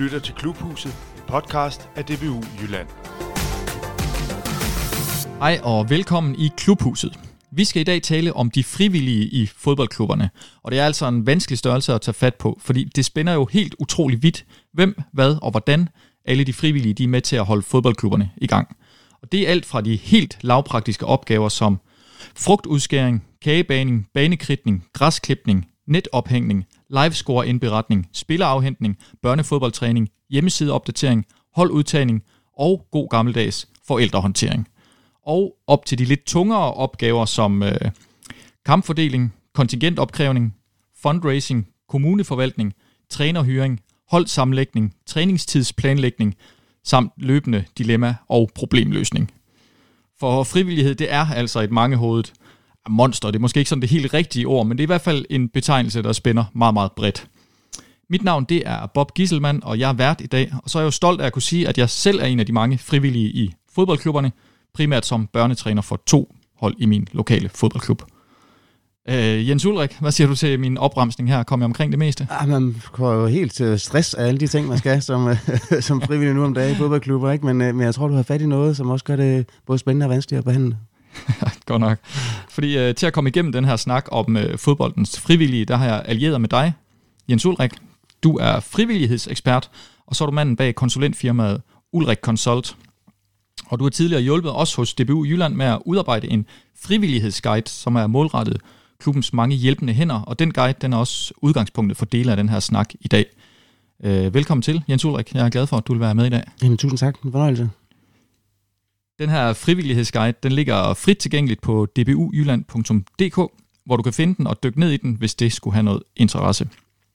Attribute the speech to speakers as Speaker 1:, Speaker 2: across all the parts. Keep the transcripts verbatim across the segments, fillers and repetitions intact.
Speaker 1: lytter til Klubhuset, en podcast af D B U Jylland.
Speaker 2: Hej og velkommen i Klubhuset. Vi skal i dag tale om de frivillige i fodboldklubberne, og det er altså en vanskelig størrelse at tage fat på, fordi det spænder jo helt utroligt vidt, hvem, hvad og hvordan alle de frivillige de er med til at holde fodboldklubberne i gang. Og det er alt fra de helt lavpraktiske opgaver som frugtudskæring, kagebaning, banekridtning, græsklipning, netophængning, livescore-indberetning, spillerafhentning, børnefodboldtræning, hjemmesideopdatering, holdudtagning og god gammeldags forældrehåndtering. Og op til de lidt tungere opgaver som øh, kampfordeling, kontingentopkrævning, fundraising, kommuneforvaltning, trænerhyring, holdsammenlægning, træningstidsplanlægning samt løbende dilemma- og problemløsning. For frivillighed, det er altså et mangehovedet monster. Det er måske ikke sådan det helt rigtige ord, men det er i hvert fald en betegnelse, der spænder meget, meget bredt. Mit navn, det er Bob Gisselmann, og jeg er vært i dag, og så er jeg jo stolt af at kunne sige, at jeg selv er en af de mange frivillige i fodboldklubberne, primært som børnetræner for to hold i min lokale fodboldklub. Øh, Jens Ulrik, hvad siger du til min opremsning her? Kommer jeg omkring det meste?
Speaker 3: Ja, man går jo helt til stress af alle de ting, man skal som, som frivillig nu om dagen i fodboldklubber, ikke? Men, men jeg tror, du har fat i noget, som også gør det både spændende og vanskeligt at behandle.
Speaker 2: Godt nok. Fordi øh, til at komme igennem den her snak om øh, fodboldens frivillige, der har jeg allieret med dig, Jens Ulrik. Du er frivillighedsekspert, og så er du manden bag konsulentfirmaet Ulrik Consult. Og du har tidligere hjulpet os hos D B U Jylland med at udarbejde en frivillighedsguide, som er målrettet klubbens mange hjælpende hænder, og den guide den er også udgangspunktet for dele af den her snak i dag. Øh, velkommen til, Jens Ulrik. Jeg er glad for, at du vil være med i dag.
Speaker 3: Jamen, tusind tak. En fornøjelse.
Speaker 2: Den her frivillighedsguide, den ligger frit tilgængeligt på d b u jylland punktum d k, hvor du kan finde den og dykke ned i den, hvis det skulle have noget interesse.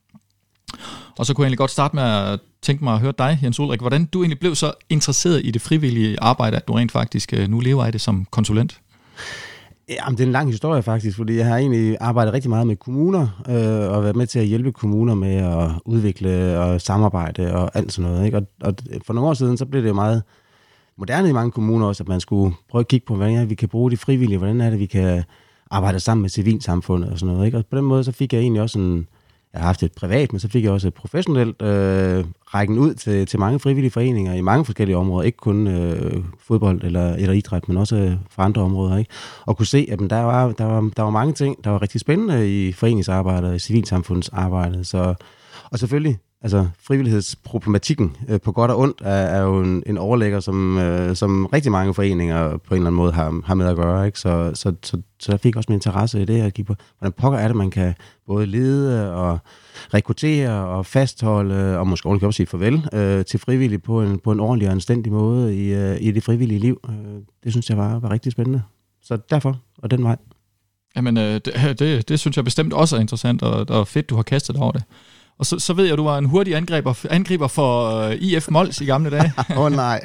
Speaker 2: Og så kunne jeg egentlig godt starte med at tænke mig at høre dig, Jens Ulrik, hvordan du egentlig blev så interesseret i det frivillige arbejde, at du rent faktisk nu lever af det som konsulent.
Speaker 3: Jamen, det er en lang historie faktisk, fordi jeg har egentlig arbejdet rigtig meget med kommuner, øh, og været med til at hjælpe kommuner med at udvikle og samarbejde og alt sådan noget, ikke? Og, og for nogle år siden, så blev det jo meget moderne i mange kommuner også, at man skulle prøve at kigge på, hvordan vi kan bruge de frivillige, hvordan er det, vi kan arbejde sammen med civilsamfundet og sådan noget, ikke? Og på den måde, så fik jeg egentlig også en, jeg har haft et privat, men så fik jeg også et professionelt øh, rækken ud til, til mange frivillige foreninger i mange forskellige områder, ikke kun øh, fodbold eller, eller idræt, men også fra andre områder, ikke? Og kunne se, at der var, der, var, der var mange ting, der var rigtig spændende i foreningsarbejdet og i civilsamfundsarbejdet, så, og selvfølgelig altså frivillighedsproblematikken øh, på godt og ondt er, er jo en, en overlægger, som, øh, som rigtig mange foreninger på en eller anden måde har, har med at gøre, ikke? Så, så, så, så jeg fik også min interesse i det at give på, hvordan pokker er det, man kan både lede og rekruttere og fastholde, og måske også sige farvel øh, til frivillige på en, på en ordentlig og anstændig måde i, øh, i det frivillige liv. Det synes jeg var, var rigtig spændende. Så derfor, og den vej.
Speaker 2: Jamen, øh, det, det, det synes jeg bestemt også er interessant, og, og fedt, du har kastet dig over det. Og så, så ved jeg, at du var en hurtig angriber, angriber for uh, I F Mols i gamle dage.
Speaker 3: Åh oh, nej.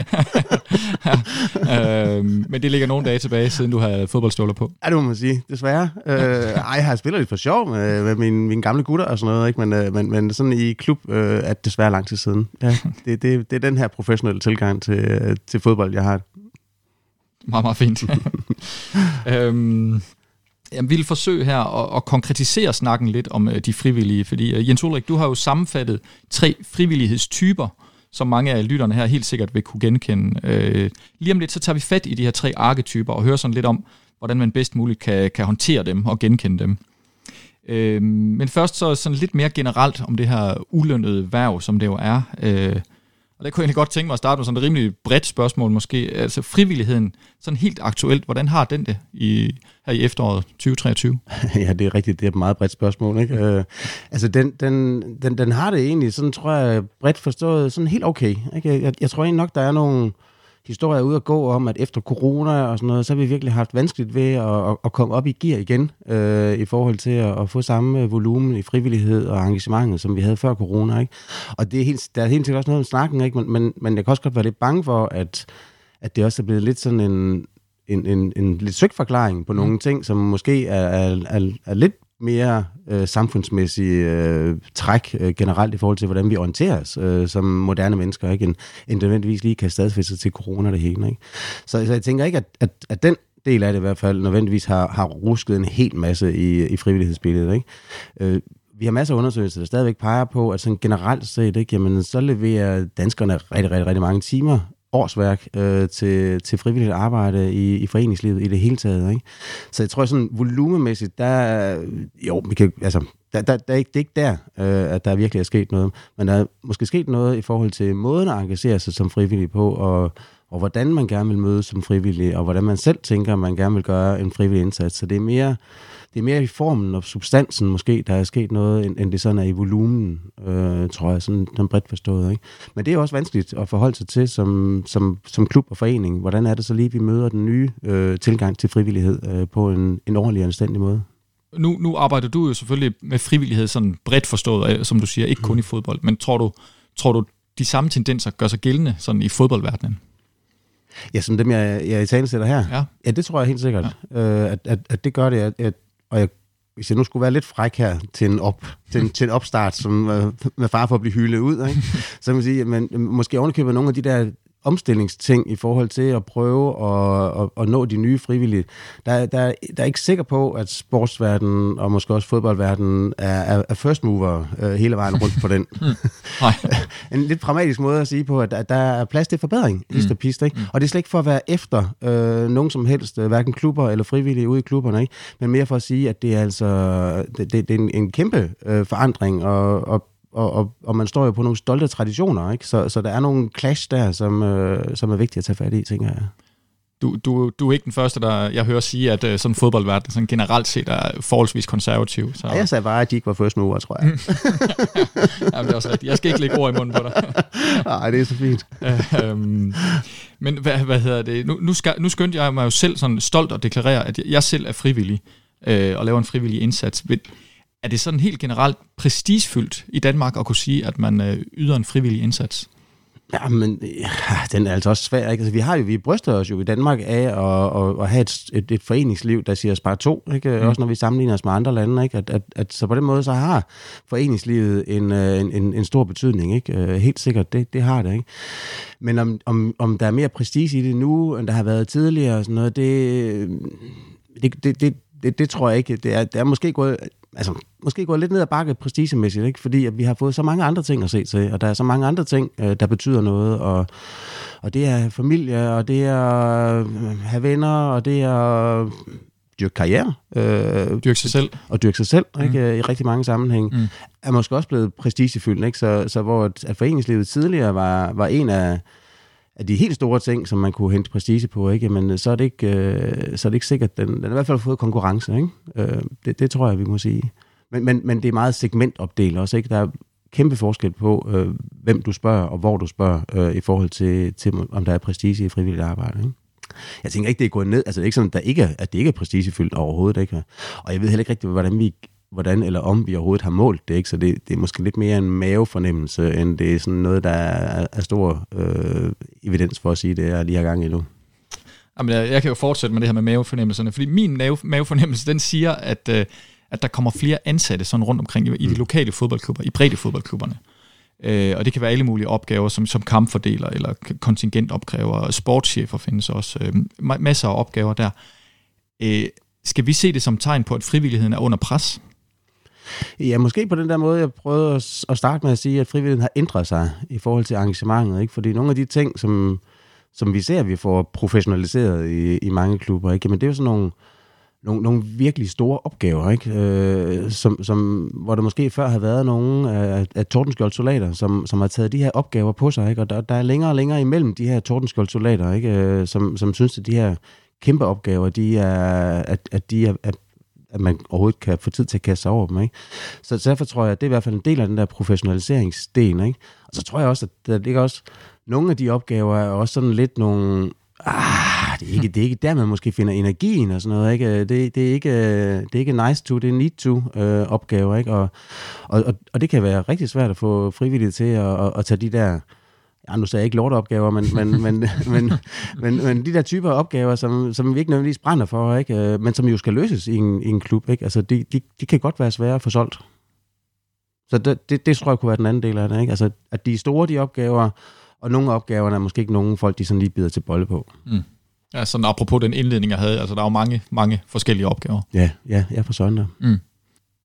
Speaker 2: ja, øh, men det ligger nogle dage tilbage, siden du havde fodboldstøvler på.
Speaker 3: Ja, det må man sige, desværre. Øh, ej, jeg har spillet lidt for sjov med, med mine, mine gamle gutter og sådan noget, ikke? Men, øh, men, men sådan i klub øh, er det desværre lang tid siden. Ja, det, det, det er den her professionelle tilgang til, til fodbold, jeg har.
Speaker 2: Meget, meget fint. øhm, Jeg vil forsøge her at, at konkretisere snakken lidt om uh, de frivillige, fordi uh, Jens Ulrik, du har jo sammenfattet tre frivillighedstyper, som mange af lytterne her helt sikkert vil kunne genkende. Uh, lige om lidt, så tager vi fat i de her tre arketyper og hører sådan lidt om, hvordan man bedst muligt kan, kan håndtere dem og genkende dem. Uh, men først så sådan lidt mere generelt om det her ulønnede hverv, som det jo er. Uh, Og der kunne jeg egentlig godt tænke mig at starte med sådan et rimelig bredt spørgsmål måske. Altså frivilligheden, sådan helt aktuelt, hvordan har den det i, her i efteråret tyve treogtyve?
Speaker 3: Ja, det er rigtigt. Det er et meget bredt spørgsmål, ikke? Øh, altså, den, den, den, den har det egentlig, sådan tror jeg, bredt forstået, sådan helt okay, ikke? Jeg, jeg tror egentlig nok, der er nogle historier ude at gå om, at efter corona og sådan noget, så har vi virkelig haft vanskeligt ved at, at, at komme op i gear igen, øh, i forhold til at, at få samme volumen i frivillighed og engagementet, som vi havde før corona, ikke? Og det er helt, der er helt sikkert også noget om snakken, ikke? Men, men, men jeg kan også godt være lidt bange for, at, at det også er blevet lidt sådan en, en, en, en lidt søgt forklaring på nogle mm. ting, som måske er, er, er, er lidt mere øh, samfundsmæssige øh, træk øh, generelt i forhold til, hvordan vi orienterer os øh, som moderne mennesker, ikke? En, en nødvendigvis lige kan stadfæste til corona det hele, ikke? Så, så jeg tænker ikke, at, at, at den del af det i hvert fald nødvendigvis har, har rusket en hel masse i, i frivillighedsbilledet, ikke? Øh, vi har masser af undersøgelser, der stadigvæk peger på, at sådan generelt set, ikke, jamen, så leverer danskerne rigtig, rigtig, rigtig mange timer, årsværk øh, til, til frivilligt arbejde i, i foreningslivet i det hele taget. Ikke? Så jeg tror sådan volumemæssigt, der, jo, vi kan, altså, der, der, der er ikke, det er ikke der, øh, at der virkelig er sket noget, men der er måske sket noget i forhold til måden at engagere sig som frivillig på, og, og hvordan man gerne vil møde som frivillig, og hvordan man selv tænker, at man gerne vil gøre en frivillig indsats. Så det er mere, det er mere i formen og substansen måske, der er sket noget, end, end det sådan er i volumen, øh, tror jeg, sådan, sådan bredt forstået. Ikke? Men det er også vanskeligt at forholde sig til som, som, som klub og forening. Hvordan er det så lige, vi møder den nye øh, tilgang til frivillighed øh, på en, en ordentlig og anstændig måde?
Speaker 2: Nu, nu arbejder du jo selvfølgelig med frivillighed sådan bredt forstået, som du siger, ikke kun i fodbold, men tror du, tror du de samme tendenser gør sig gældende sådan i fodboldverdenen?
Speaker 3: Ja, som dem, jeg, jeg i tale sætter her. Ja. ja, det tror jeg helt sikkert, ja. øh, at, at, at det gør det. At, at, og jeg, hvis jeg nu skulle være lidt fræk her til en, op, til en, til en opstart, som øh, med far for at blive hyldet ud, ikke? Så kan man sige, at man måske ovenikøber nogle af de der omstillingsting i forhold til at prøve at, at, at nå de nye frivillige. Der, der, der er ikke sikker på, at sportsverdenen og måske også fodboldverdenen er, er, er first mover uh, hele vejen rundt på den. En lidt pragmatisk måde at sige på, at, at der er plads til forbedring, mm. og pist, ikke? Mm. Og det er slet ikke for at være efter øh, nogen som helst, hverken klubber eller frivillige ude i klubberne, ikke? Men mere for at sige, at det er altså det, det, det er en, en kæmpe øh, forandring, og, og Og, og, og man står jo på nogle stolte traditioner, ikke? Så, så der er nogle clash der, som, øh, som er vigtige at tage fat i, tænker jeg.
Speaker 2: Du, du, du er ikke den første, der jeg hører sige, at uh, sådan fodboldverden sådan generelt set er forholdsvis konservativ. Så.
Speaker 3: Ja, jeg sagde bare, at de ikke var first mover, tror jeg.
Speaker 2: Jamen, det er også rigtigt. Jeg skal ikke lægge ord i munden på dig.
Speaker 3: Nej, det er så fint.
Speaker 2: øhm, men hvad, hvad hedder det? Nu, nu, skal, nu skyndte jeg mig jo selv sådan stolt at deklarere, at jeg selv er frivillig øh, og laver en frivillig indsats. Er det sådan helt generelt prestigefyldt i Danmark at kunne sige, at man øh, yder en frivillig indsats?
Speaker 3: Ja, men ja, den er altså også svær. Ikke? Altså, vi har jo, vi bryster os jo i Danmark af at, at, at have et, et, et foreningsliv, der siger spar to, ikke? Mm. Også når vi sammenligner os med andre lande. Ikke? At, at, at, så på den måde, så har foreningslivet en, en, en, en stor betydning. Ikke? Helt sikkert, det, det har det. Ikke? Men om, om, om der er mere prestige i det nu, end der har været tidligere, og sådan noget, det, det, det, det, det, det tror jeg ikke. Det er, det er måske gået... Altså, måske går lidt ned ad bakke prestigemæssigt, ikke? Fordi at vi har fået så mange andre ting at se til, og der er så mange andre ting, der betyder noget, og, og det er familie, og det er at have venner, og det er at dyrke karriere. Øh,
Speaker 2: dyrke sig selv.
Speaker 3: Og dyrke sig selv, ikke? Mm. I rigtig mange sammenhænge. Mm. Er måske også blevet prestigefyldt, ikke? Så, så hvor at foreningslivet tidligere var, var en af af de helt store ting, som man kunne hente prestige på, ikke? Men så er det ikke, øh, så er det ikke sikkert, den, den har i hvert fald fået konkurrence, ikke? Øh, det, det tror jeg, vi må sige. Men, men, men det er meget segmentopdelt også, ikke? Der er kæmpe forskel på, øh, hvem du spørger, og hvor du spørger, øh, i forhold til, til, om der er prestige i frivilligt arbejde, ikke? Jeg tænker ikke, det er gået ned. Altså, det er ikke sådan, at, der ikke er, at det ikke er prestigefyldt overhovedet, ikke? Og jeg ved heller ikke rigtig, hvordan vi hvordan eller om vi overhovedet har målt det, ikke? Så det, det er måske lidt mere en mavefornemmelse, end det er sådan noget, der er, er stor øh, evidens for at sige, det er lige her gang endnu.
Speaker 2: Jamen, jeg, jeg kan jo fortsætte med det her med mavefornemmelserne, fordi min mave, mavefornemmelse, den siger, at, øh, at der kommer flere ansatte sådan rundt omkring i, i de lokale fodboldklubber, i bredde fodboldklubberne. Øh, og det kan være alle mulige opgaver, som, som kampfordeler eller kontingentopkræver, sportschefer findes også, øh, masser af opgaver der. Øh, skal vi se det som tegn på, at frivilligheden er under pres?
Speaker 3: Ja, måske på den der måde, jeg prøvede at starte med at sige, at frivilligheden har ændret sig i forhold til arrangementet, ikke? Fordi nogle af de ting, som, som vi ser, vi får professionaliseret i, i mange klubber, ikke? Jamen, det er jo sådan nogle, nogle, nogle virkelig store opgaver, ikke? Øh, som, som, hvor der måske før har været nogle af, af Tordenskjold-soldater, som, som har taget de her opgaver på sig, ikke? Og der, der er længere og længere imellem de her Tordenskjold-soldater, ikke? Øh, som, som synes, at de her kæmpe opgaver, de er, at, at de er, at at man overhovedet kan få tid til at kaste sig over dem, ikke? Så derfor tror jeg, at det er i hvert fald en del af den der professionaliseringsdel, ikke? Og så tror jeg også, at der ligger også nogle af de opgaver er også sådan lidt nogle, ah, det er ikke, det er ikke der, man måske finder energien og sådan noget, ikke? Det, det er ikke, det er ikke nice to, det er need to øh, opgaver, ikke? Og, og, og det kan være rigtig svært at få frivillige til at, at, at tage de der, ja, nu sagde jeg ikke lorteopgaver, men, men, men, men, men, men de der typer af opgaver, som, som vi ikke nødvendigvis brænder for, ikke? Men som jo skal løses i en, i en klub, ikke? Altså, de, de, de kan godt være svære at få solgt. Så det, det, det tror jeg kunne være den anden del af det, ikke? Altså, at de er store, de opgaver, og nogle af opgaverne er måske ikke nogen folk, de sådan lige bider til bolle på.
Speaker 2: Mm. Ja, sådan apropos den indledning, jeg havde, altså der er jo mange, mange forskellige opgaver.
Speaker 3: Ja, ja, jeg for sådan der. Mm.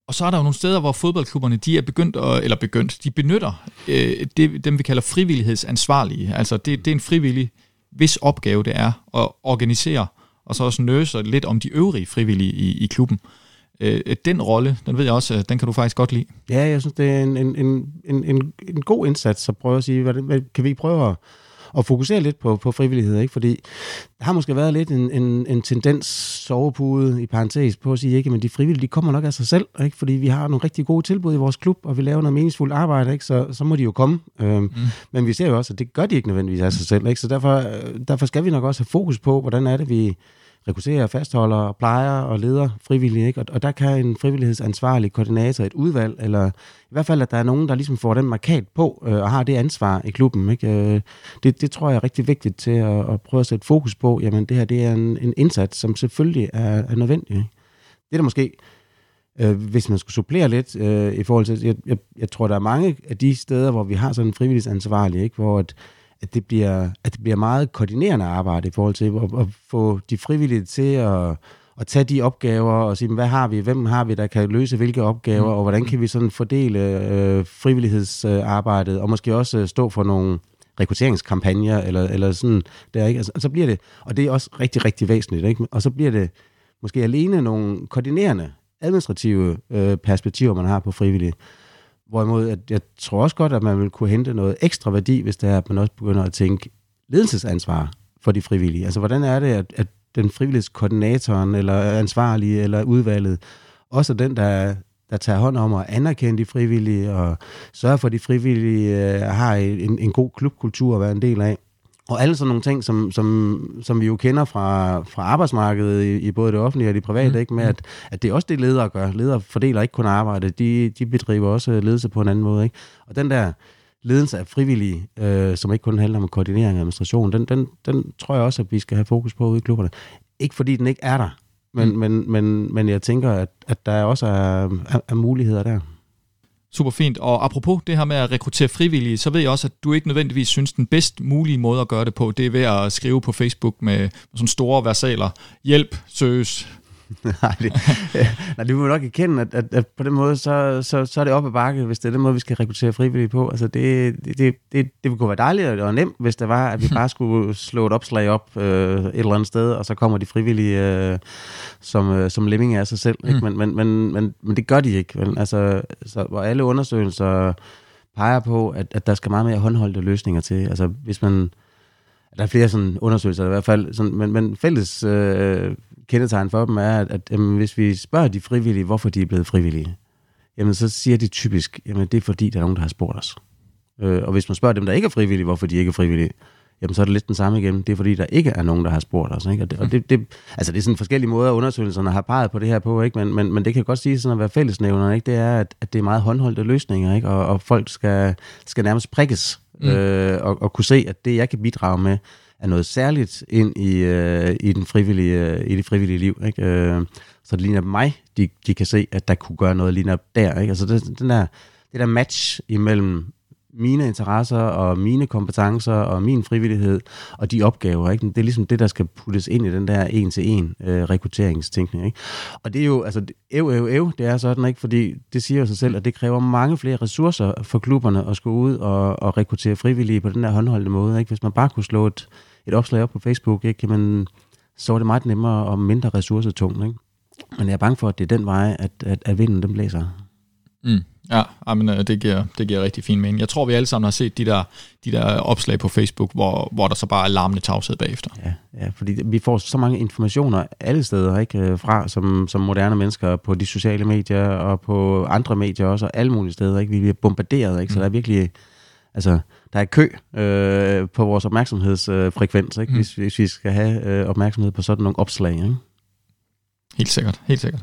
Speaker 2: Og så er der jo nogle steder, hvor fodboldklubberne, de er begyndt, at, eller begyndt, de benytter øh, det, dem, vi kalder frivillighedsansvarlige. Altså det, det er en frivillig, hvis opgave det er at organisere, og så også nøse lidt om de øvrige frivillige i, i klubben. Øh, den rolle, den ved jeg også, den kan du faktisk godt lide.
Speaker 3: Ja, jeg synes, det er en, en, en, en, en god indsats at prøve at sige, hvad, hvad, kan vi ikke prøve at, at fokusere lidt på, på frivillighed, ikke? Fordi der har måske været lidt en, en, en tendens, sovepude i parentes, på at sige, ikke, men de frivillige, de kommer nok af sig selv, ikke? Fordi vi har nogle rigtig gode tilbud i vores klub, og vi laver noget meningsfuldt arbejde, ikke? Så, så må de jo komme. Øhm, mm. Men vi ser jo også, at det gør de ikke nødvendigvis af sig selv, ikke? Så derfor, derfor skal vi nok også have fokus på, hvordan er det, vi rekrutterer, fastholder, plejer og leder frivillige, ikke? Og, og der kan en frivillighedsansvarlig koordinator, et udvalg, eller i hvert fald, at der er nogen, der ligesom får den markat på, øh, og har det ansvar i klubben, ikke? Øh, det, det tror jeg er rigtig vigtigt til at, at prøve at sætte fokus på. Jamen, det her, det er en, en indsats, som selvfølgelig er, er nødvendig, ikke? Det er der måske, øh, hvis man skulle supplere lidt, øh, i forhold til, jeg, jeg, jeg tror, der er mange af de steder, hvor vi har sådan en frivillighedsansvarlig, ikke? Hvor at at det bliver at det bliver meget koordinerende arbejde i forhold til at, at få de frivillige til at, at tage de opgaver og sige, hvad har vi, hvem har vi, der kan løse hvilke opgaver, og hvordan kan vi sådan fordele øh, frivillighedsarbejdet, og måske også stå for nogle rekrutteringskampagner, eller, eller sådan der, ikke? Altså, så bliver det, og det er også rigtig, rigtig væsentligt, ikke? Og så bliver det måske alene nogle koordinerende, administrative øh, perspektiver, man har på frivillige. Hvorimod, at jeg tror også godt, at man vil kunne hente noget ekstra værdi, hvis det er, at man også begynder at tænke ledelsesansvar for de frivillige. Altså, hvordan er det, at, at den frivillighedskoordinatoren, eller ansvarlige, eller udvalget, også den, der, der tager hånd om at anerkende de frivillige, og sørge for, at de frivillige øh, har en, en god klubkultur at være en del af. Og alle sådan nogle ting, som, som, som vi jo kender fra, fra arbejdsmarkedet i, i både det offentlige og det private, mm. ikke? Med at, at det er også det, ledere gør. Ledere fordeler ikke kun arbejde, de, de bedriver også ledelse på en anden måde, ikke? Og den der ledelse af frivillige, øh, som ikke kun handler om koordinering og administration, den, den, den tror jeg også, at vi skal have fokus på ude i klubberne. Ikke fordi den ikke er der, men, mm. men, men, men jeg tænker, at, at der også er, er, er muligheder der.
Speaker 2: Super fint. Og apropos det her med at rekruttere frivillige, så ved jeg også, at du ikke nødvendigvis synes, den bedst mulige måde at gøre det på, det er ved at skrive på Facebook med sådan store versaler. Hjælp, søges.
Speaker 3: nej, det, nej, det må vi nok erkende, at, at, at på den måde, så, så, så er det op ad bakke, hvis det er den måde, vi skal rekruttere frivillige på. Altså det, det, det, det, det kunne være dejligt og nemt, hvis det var, at vi bare skulle slå et opslag op øh, et eller andet sted, og så kommer de frivillige øh, som, øh, som lemminge af sig selv. Ikke? Men, men, men, men, men det gør de ikke. Vel? Altså, så, hvor alle undersøgelser peger på, at, at der skal meget mere håndholdte løsninger til. Altså hvis man, der er flere sådan undersøgelser, i hvert fald, sådan, men, men fælles øh, kendetegn for dem er, at, at jamen, hvis vi spørger de frivillige, hvorfor de er blevet frivillige, jamen så siger de typisk, jamen det er fordi, der er nogen, der har spurgt os. Øh, og hvis man spørger dem, der ikke er frivillige, hvorfor de ikke er frivillige, jamen så er det lidt den samme igen. Det er fordi, der ikke er nogen, der har spurgt os. Ikke? Og det, og det, det, altså det er sådan forskellige måder, undersøgelserne har peget på det her på, ikke? Men, men, men det kan godt sige sådan at være fællesnævner, ikke? Det er, at, at det er meget håndholdte løsninger, ikke? Og, og folk skal, skal nærmest prikkes mm. øh, og, og kunne se, at det, jeg kan bidrage med, er noget særligt ind i, øh, i, den frivillige, i det frivillige liv. Ikke? Øh, så det ligner mig, de, de kan se, at der kunne gøre noget lige op der. Ikke? Altså det, den der, det der match imellem mine interesser og mine kompetencer og min frivillighed og de opgaver, ikke? Det er ligesom det, der skal puttes ind i den der en-til-en øh, rekrutteringstænkning. Ikke? Og det er jo, altså, ev, ev, ev, det er sådan, ikke? Fordi det siger jo sig selv, at det kræver mange flere ressourcer for klubberne at skulle ud og, og rekruttere frivillige på den der håndholdte måde. Ikke? Hvis man bare kunne slå et, et opslag op på Facebook, ikke? Jamen, så er det meget nemmere og mindre ressourcetungt. Ikke? Men jeg er bange for, at det er den vej, at, at, at vinden den blæser.
Speaker 2: Mm. Ja, men det giver, det giver rigtig fin mening. Jeg tror, vi alle sammen har set de der, de der opslag på Facebook, hvor, hvor der så bare er larmende tavshed bagefter.
Speaker 3: Ja, ja, fordi vi får så mange informationer alle steder, ikke, fra som, som moderne mennesker på de sociale medier og på andre medier også, og alle mulige steder. Ikke? Vi bliver bombarderet, ikke? Så mm. der er virkelig, altså, der er kø øh, på vores opmærksomhedsfrekvens, ikke? Mm. Hvis, hvis vi skal have øh, opmærksomhed på sådan nogle opslag. Ikke?
Speaker 2: Helt sikkert, helt sikkert.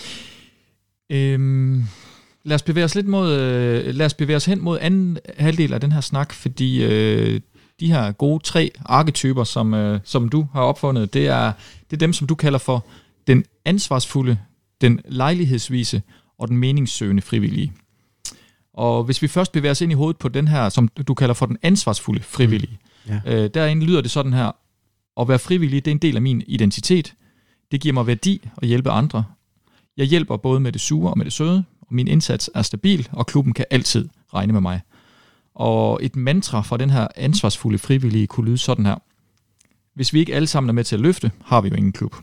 Speaker 2: Øhm Lad os bevæge os lidt mod, øh, lad os bevæge os hen mod anden halvdel af den her snak, fordi øh, de her gode tre arketyper, som, øh, som du har opfundet, det er, det er dem, som du kalder for den ansvarsfulde, den lejlighedsvise og den meningssøgende frivillige. Og hvis vi først bevæger os ind i hovedet på den her, som du kalder for den ansvarsfulde frivillige, mm. ja. øh, derinde lyder det sådan her: at være frivillig, det er en del af min identitet. Det giver mig værdi at hjælpe andre. Jeg hjælper både med det sure og med det søde, og min indsats er stabil, og klubben kan altid regne med mig. Og et mantra fra den her ansvarsfulde frivillige kunne lyde sådan her. Hvis vi ikke alle sammen er med til at løfte, har vi jo ingen klub.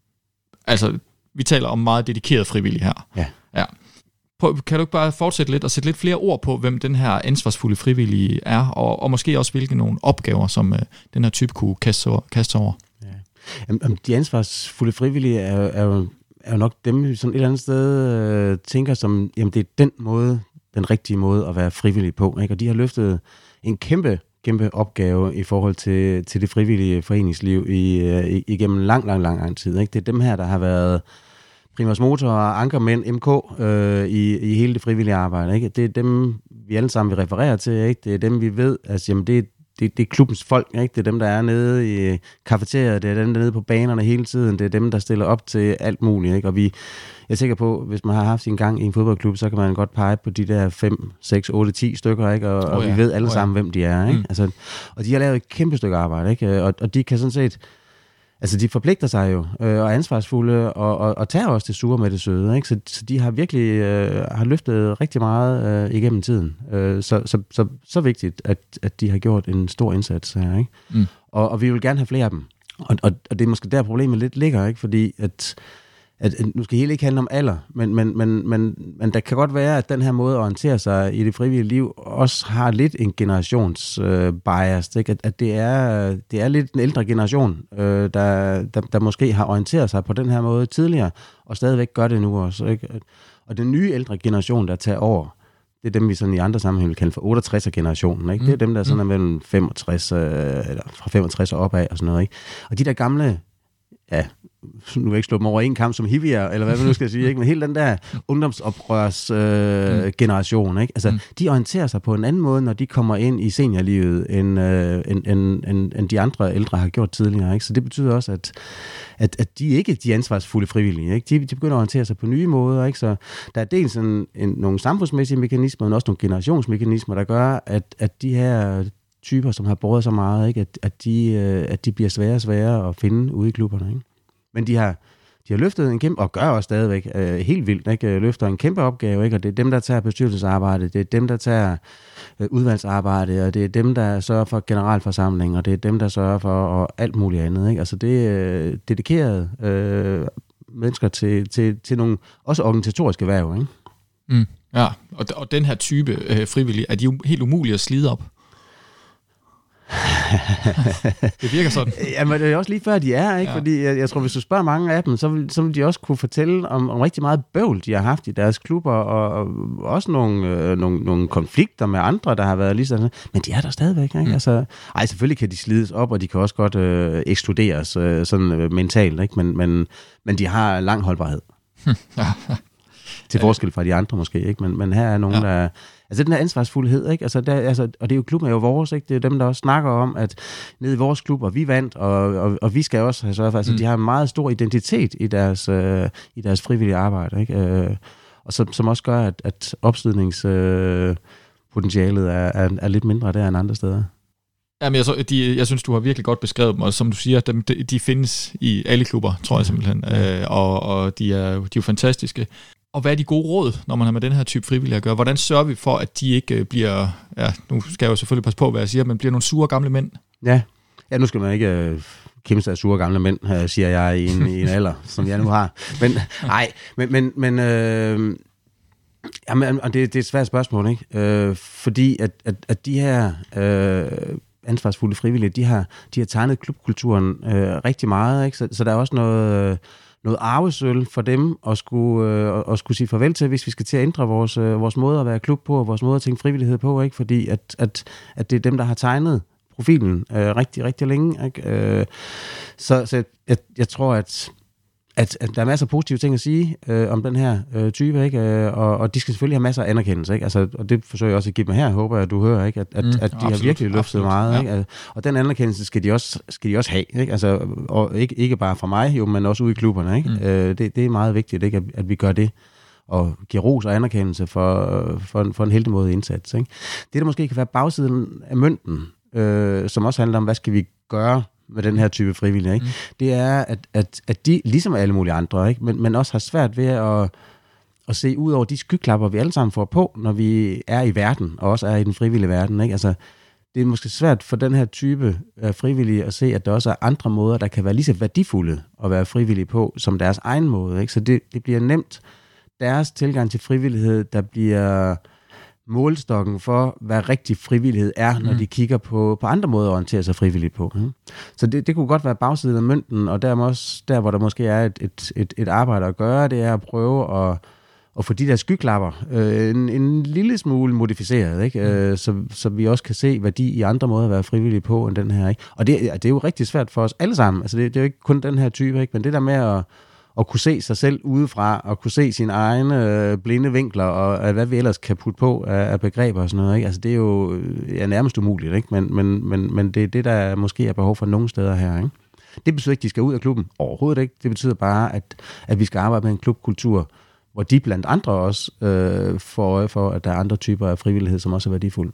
Speaker 2: Altså, vi taler om meget dedikeret frivillige her.
Speaker 3: Ja.
Speaker 2: Ja. Prøv, kan du ikke bare fortsætte lidt og sætte lidt flere ord på, hvem den her ansvarsfulde frivillige er, og, og måske også hvilke nogle opgaver, som øh, den her type kunne kaste over? Kaste over.
Speaker 3: Ja. Jamen, de ansvarsfulde frivillige er, er, jo, er jo nok dem, som et eller andet sted øh, tænker som, jamen det er den måde, den rigtige måde at være frivillig på. Ikke? Og de har løftet en kæmpe, kæmpe opgave i forhold til, til det frivillige foreningsliv i, i, igennem lang, lang, lang, lang tid. Ikke? Det er dem her, der har været primus motor og ankermænd, M K, øh, i, i hele det frivillige arbejde. Ikke? Det er dem, vi alle sammen vil referere til. Ikke? Det er dem, vi ved, altså jamen det, det, det er klubbens folk. Ikke? Det er dem, der er nede i kafeteriet, det er dem, der er nede på banerne hele tiden, det er dem, der stiller op til alt muligt. Ikke? Og vi, jeg er sikker på, hvis man har haft sin gang i en fodboldklub, så kan man godt pege på de der fem, seks, otte, ti stykker, ikke? Og, oh ja. og vi ved alle oh ja. sammen, hvem de er. Ikke? Mm. Altså, og de har lavet et kæmpe stykke arbejde, ikke? Og, og de kan sådan set, altså de forpligter sig jo, øh, og er ansvarsfulde, og, og, og tager også det sure med det søde, ikke? Så, så de har virkelig øh, har løftet rigtig meget øh, igennem tiden. Øh, så, så, så, så vigtigt, at, at de har gjort en stor indsats her, ikke? Mm. Og, og vi vil gerne have flere af dem. Og, og, og det er måske der problemet lidt ligger, ikke? Fordi at At, at nu skal hele ikke handle om alder, men, men, men, men, men der kan godt være, at den her måde at orientere sig i det frivillige liv også har lidt en generationsbias, øh, at, at det, er, det er lidt en ældre generation, øh, der, der, der måske har orienteret sig på den her måde tidligere, og stadigvæk gør det nu også. Ikke? Og den nye ældre generation, der tager over, det er dem, vi sådan i andre sammenhæng vil kalde for otteogtresser-generationen. Ikke? Det er dem, der sådan er mellem femogtres, øh, eller fra femogtres og opad og sådan noget. Ikke? Og de der gamle, ja, nu vil jeg ikke slå dem over en kamp som hippier, eller hvad man nu skal sige, ikke? Men hele den der ungdomsoprørs øh, mm. generation, ikke? Altså, mm. de orienterer sig på en anden måde, når de kommer ind i seniorlivet, end, øh, end, end, end, end de andre ældre har gjort tidligere, ikke? Så det betyder også, at, at, at de ikke er de ansvarsfulde frivillige, ikke? De, de begynder at orientere sig på nye måder, ikke? Så der er dels en, en, nogle samfundsmæssige mekanismer, men også nogle generationsmekanismer, der gør, at, at de her typer, som har båret så meget, ikke? At, at, de, at de bliver sværere og sværere at finde ude i klubberne, ikke? Men de har, de har løftet en kæmpe, og gør også stadigvæk øh, helt vildt, ikke? Løfter en kæmpe opgave, ikke? Og det er dem, der tager bestyrelsesarbejde, det er dem, der tager øh, udvalgsarbejde, og det er dem, der sørger for generalforsamling, og det er dem, der sørger for og alt muligt andet, ikke? Altså det er øh, dedikerede øh, mennesker til, til, til nogle også organisatoriske værv, ikke?
Speaker 2: Mm, ja, og, og den her type øh, frivillige, er de jo helt umulige at slide op? Det virker sådan.
Speaker 3: Jamen, det er også lige før, de er, ikke? Ja. Fordi jeg, jeg tror, hvis du spørger mange af dem, så vil, så vil de også kunne fortælle om, om rigtig meget bøvl, de har haft i deres klubber, og, og også nogle, øh, nogle, nogle konflikter med andre, der har været lige sådan. Men de er der stadigvæk, ikke? Mm. Altså, ej, selvfølgelig kan de slides op, og de kan også godt øh, ekskluderes øh, sådan øh, mentalt, ikke? Men, men, men de har lang holdbarhed. Til forskel fra de andre måske, ikke? Men, men her er nogen, ja. der... Altså den her ansvarsfuldhed, ikke? Altså, der, altså, og det er jo klubben er jo vores, ikke? Det er dem, der også snakker om, at nede i vores klub, og vi vandt, og, og, og vi skal også have sørget for, altså mm. de har en meget stor identitet i deres, øh, i deres frivillige arbejde, ikke? Øh, og som, som også gør, at, at opslidningspotentialet øh, er, er, er lidt mindre der end andre steder.
Speaker 2: Jamen, jeg, så, de, jeg synes, du har virkelig godt beskrevet dem, og som du siger, dem, de, de findes i alle klubber, tror jeg simpelthen, ja. øh, og, og de, er, de er jo fantastiske. Og hvad er de gode råd, når man har med den her type frivillige at gøre? Hvordan sørger vi for, at de ikke bliver, ja, nu skal jeg jo selvfølgelig passe på, hvad jeg siger, men bliver nogle sure gamle mænd?
Speaker 3: Ja, ja nu skal man ikke øh, kæmpe sig af sure gamle mænd, øh, siger jeg, i en, i en alder, som jeg nu har. Men nej, men, men, men øh, jamen, og det, det er et svært spørgsmål, ikke? Øh, fordi at, at, at de her øh, ansvarsfulde frivillige, de har, de har tegnet klubkulturen øh, rigtig meget, ikke? Så, så der er også noget... Øh, noget arvesøl for dem at skulle, øh, at skulle sige farvel til, hvis vi skal til at ændre vores, øh, vores måde at være klub på, og vores måde at tænke frivillighed på, ikke? Fordi at, at, at det er dem, der har tegnet profilen øh, rigtig, rigtig længe, ikke? Øh, så så jeg, jeg tror, at, at, at der er masser af positive ting at sige øh, om den her øh, type, ikke? Øh, og, og de skal selvfølgelig have masser af anerkendelse, ikke? Altså, og det forsøger jeg også at give mig her, håber jeg, at du hører, ikke? At, at, mm, at de absolut, har virkelig løftet absolut, meget, ja. Ikke? Og den anerkendelse skal de også, skal de også have, ikke? Altså, og ikke, ikke bare fra mig, jo, men også ude i klubberne, ikke? Mm. Øh, det, det er meget vigtigt, ikke? At, at vi gør det, og giver ros og anerkendelse for, for, for en heltemodig indsats, ikke? Det, der måske kan være bagsiden af mønten, øh, som også handler om, hvad skal vi gøre med den her type frivillige, ikke? Mm. Det er, at, at, at de, ligesom alle mulige andre, ikke? Men, men også har svært ved at, at se ud over de skyklapper, vi alle sammen får på, når vi er i verden, og også er i den frivillige verden, ikke? Altså, det er måske svært for den her type af frivillige at se, at der også er andre måder, der kan være lige så værdifulde at være frivillige på, som deres egen måde, ikke? Så det, det bliver nemt deres tilgang til frivillighed, der bliver målstokken for, hvad rigtig frivillighed er, når mm. de kigger på, på andre måder at orientere sig frivilligt på. Ikke? Så det, det kunne godt være bagsiden af mønten, og der, også, der hvor der måske er et, et, et, et arbejde at gøre, det er at prøve at, at få de der skyklapper øh, en, en lille smule modificeret, ikke? Mm. Øh, så, så vi også kan se, hvad de i andre måder at være frivillige på, end den her. Ikke? Og det, det er jo rigtig svært for os alle sammen. Altså det, det er jo ikke kun den her type, ikke? Men det der med at at kunne se sig selv udefra, og kunne se sine egne øh, blinde vinkler, og hvad vi ellers kan putte på af, af begreber og sådan noget, ikke? Altså det er jo ja, nærmest umuligt, ikke? Men, men, men, men det er det, der måske er behov for nogle steder her, ikke? Det betyder ikke, at de skal ud af klubben. Overhovedet ikke. Det betyder bare, at, at vi skal arbejde med en klubkultur, hvor de blandt andre også øh, får øje for, at der er andre typer af frivillighed, som også er værdifulde.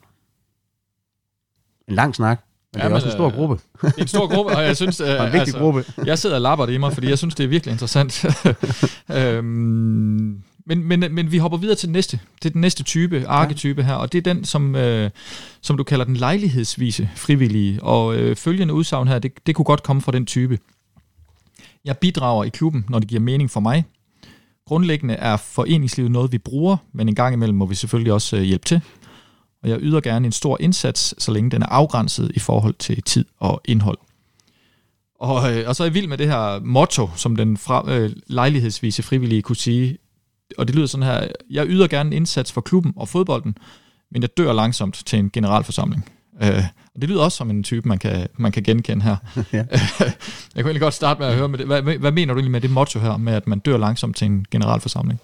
Speaker 3: En lang snak. Men det er ja, også men, en stor gruppe.
Speaker 2: Det er en stor gruppe, og jeg synes...
Speaker 3: og en vigtig altså, gruppe.
Speaker 2: Jeg sidder og lapper det i mig, fordi jeg synes, det er virkelig interessant. øhm, men, men, men vi hopper videre til den næste. Det er den næste type, arketype her, og det er den, som, øh, som du kalder den lejlighedsvise frivillige. Og øh, følgende udsagn her, det, det kunne godt komme fra den type. Jeg bidrager i klubben, når det giver mening for mig. Grundlæggende er foreningslivet noget, vi bruger, men en gang imellem må vi selvfølgelig også øh, hjælpe til. Og jeg yder gerne en stor indsats, så længe den er afgrænset i forhold til tid og indhold. Og, øh, og så er jeg vild med det her motto, som den fra, øh, lejlighedsvise frivillige kunne sige. Og det lyder sådan her: jeg yder gerne en indsats for klubben og fodbolden, men jeg dør langsomt til en generalforsamling. Øh, og det lyder også som en type, man kan, man kan genkende her. Ja. Jeg kunne egentlig godt starte med at høre med det. Hvad, hvad mener du egentlig med det motto her, med at man dør langsomt til en generalforsamling?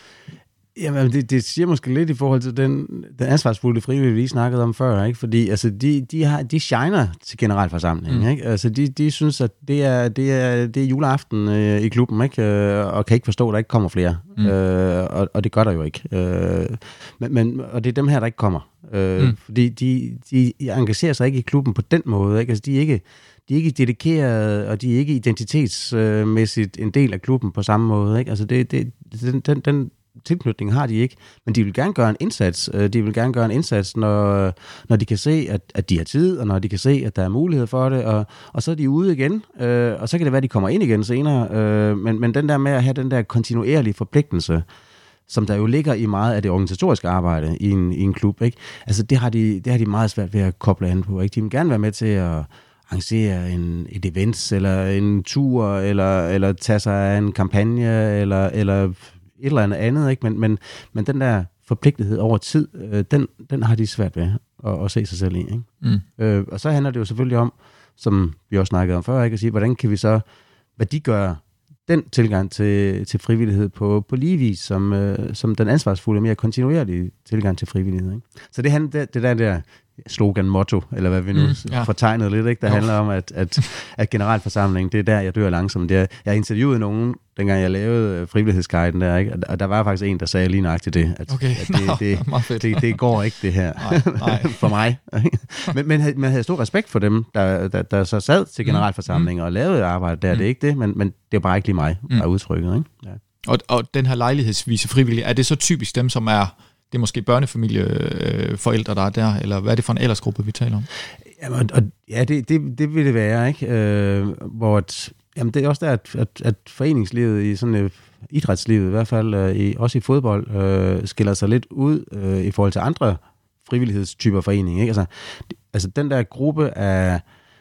Speaker 3: Jamen, det, det siger måske lidt i forhold til den, den ansvarsfulde frivillige, vi lige snakkede om før, ikke? Fordi altså, de, de, har, de shiner til generalforsamlingen, mm. ikke? Altså, de, de synes, at det er, det er, det er juleaften øh, i klubben, ikke? Øh, og kan ikke forstå, at der ikke kommer flere. Mm. Øh, og, og det gør der jo ikke. Øh, men, men, og det er dem her, der ikke kommer. Øh, mm. Fordi de, de engagerer sig ikke i klubben på den måde, ikke? Altså, de er ikke... De er ikke dedikerede, og de er ikke identitetsmæssigt en del af klubben på samme måde, ikke? Altså, det, det, den, den, den tilknytning har de ikke, men de vil gerne gøre en indsats. De vil gerne gøre en indsats, når, når de kan se, at, at de har tid, og når de kan se, at der er mulighed for det, og, og så er de ude igen, øh, og så kan det være, at de kommer ind igen senere, øh, men, men den der med at have den der kontinuerlige forpligtelse, som der jo ligger i meget af det organisatoriske arbejde i en, i en klub, ikke? Altså det har, de, det har de meget svært ved at koble an på, ikke? De vil gerne være med til at arrangere en, et event, eller en tur, eller, eller tage sig af en kampagne, eller, eller et eller andet andet, ikke? Men, men, men den der forpligtethed over tid, øh, den, den har de svært ved at, at se sig selv i, ikke? Mm. Øh, og så handler det jo selvfølgelig om, som vi også snakkede om før, ikke? At sige, hvordan kan vi så, hvad de gør, den tilgang til, til frivillighed på, på lige vis, som, øh, som den ansvarsfulde, mere kontinuerlige tilgang til frivillighed, ikke? Så det, han, det, det der der slogan-motto, eller hvad vi nu mm, ja. fortegnede lidt, ikke? Der jo. handler om, at, at, at generalforsamlingen, det er der, jeg dør langsomt. Det er, jeg interviewede nogen, dengang jeg lavede frivillighedsguiden der, ikke? Og der var faktisk en, der sagde lige nøjagtigt det, at, okay. at det, no, det, det, det går ikke, det her, nej, nej. for mig. men, men man havde stor respekt for dem, der, der, der så sad til generalforsamlingen mm. og lavede arbejde der, mm. det er ikke det, men, men det er bare ikke lige mig, der er udtrykket, ikke? Ja.
Speaker 2: Og, og den her lejlighedsvise frivillige, er det så typisk dem, som er det er måske børnefamilieforældre, der er der, eller hvad er det for en aldersgruppe, vi taler om?
Speaker 3: Jamen, og, ja, det, det, det vil det være, ikke? Øh, hvor et, jamen, det er også der, at, at, at foreningslivet i sådan et idrætslivet, i hvert fald øh, i, også i fodbold, øh, skiller sig lidt ud øh, i forhold til andre frivillighedstyper foreninger, ikke? Altså, det, altså den der gruppe af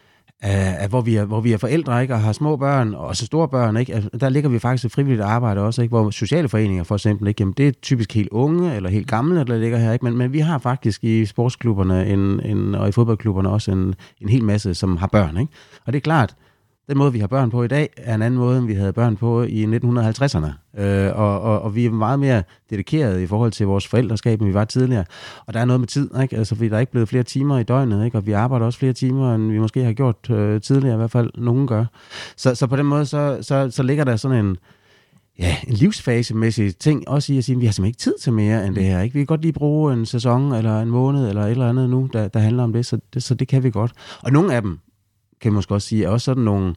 Speaker 3: Uh, hvor, vi er, hvor vi er forældre, ikke, og har små børn, og også store børn, ikke? Altså, der ligger vi faktisk et frivilligt arbejde også, ikke? Hvor sociale foreninger for eksempel, ikke? Jamen, det er typisk helt unge eller helt gamle, der ligger her, ikke? Men, men vi har faktisk i sportsklubberne en, en, og i fodboldklubberne også en, en hel masse, som har børn, ikke? Og det er klart, den måde, vi har børn på i dag, er en anden måde, end vi havde børn på i nitten halvtredserne. Øh, og, og, og vi er meget mere dedikerede i forhold til vores forældreskab, end vi var tidligere. Og der er noget med tid, ikke? Altså, fordi der er ikke blevet flere timer i døgnet, ikke? Og vi arbejder også flere timer, end vi måske har gjort øh, tidligere, i hvert fald nogen gør. Så, så på den måde, så, så, så ligger der sådan en, ja, en livsfasemæssig ting, også i at sige, at vi har simpelthen ikke tid til mere end det her, ikke? Vi kan godt lige bruge en sæson, eller en måned, eller et eller andet nu, der, der handler om det så, det, så det kan vi godt. Og nogle af dem, kan man måske også sige, er også sådan nogle,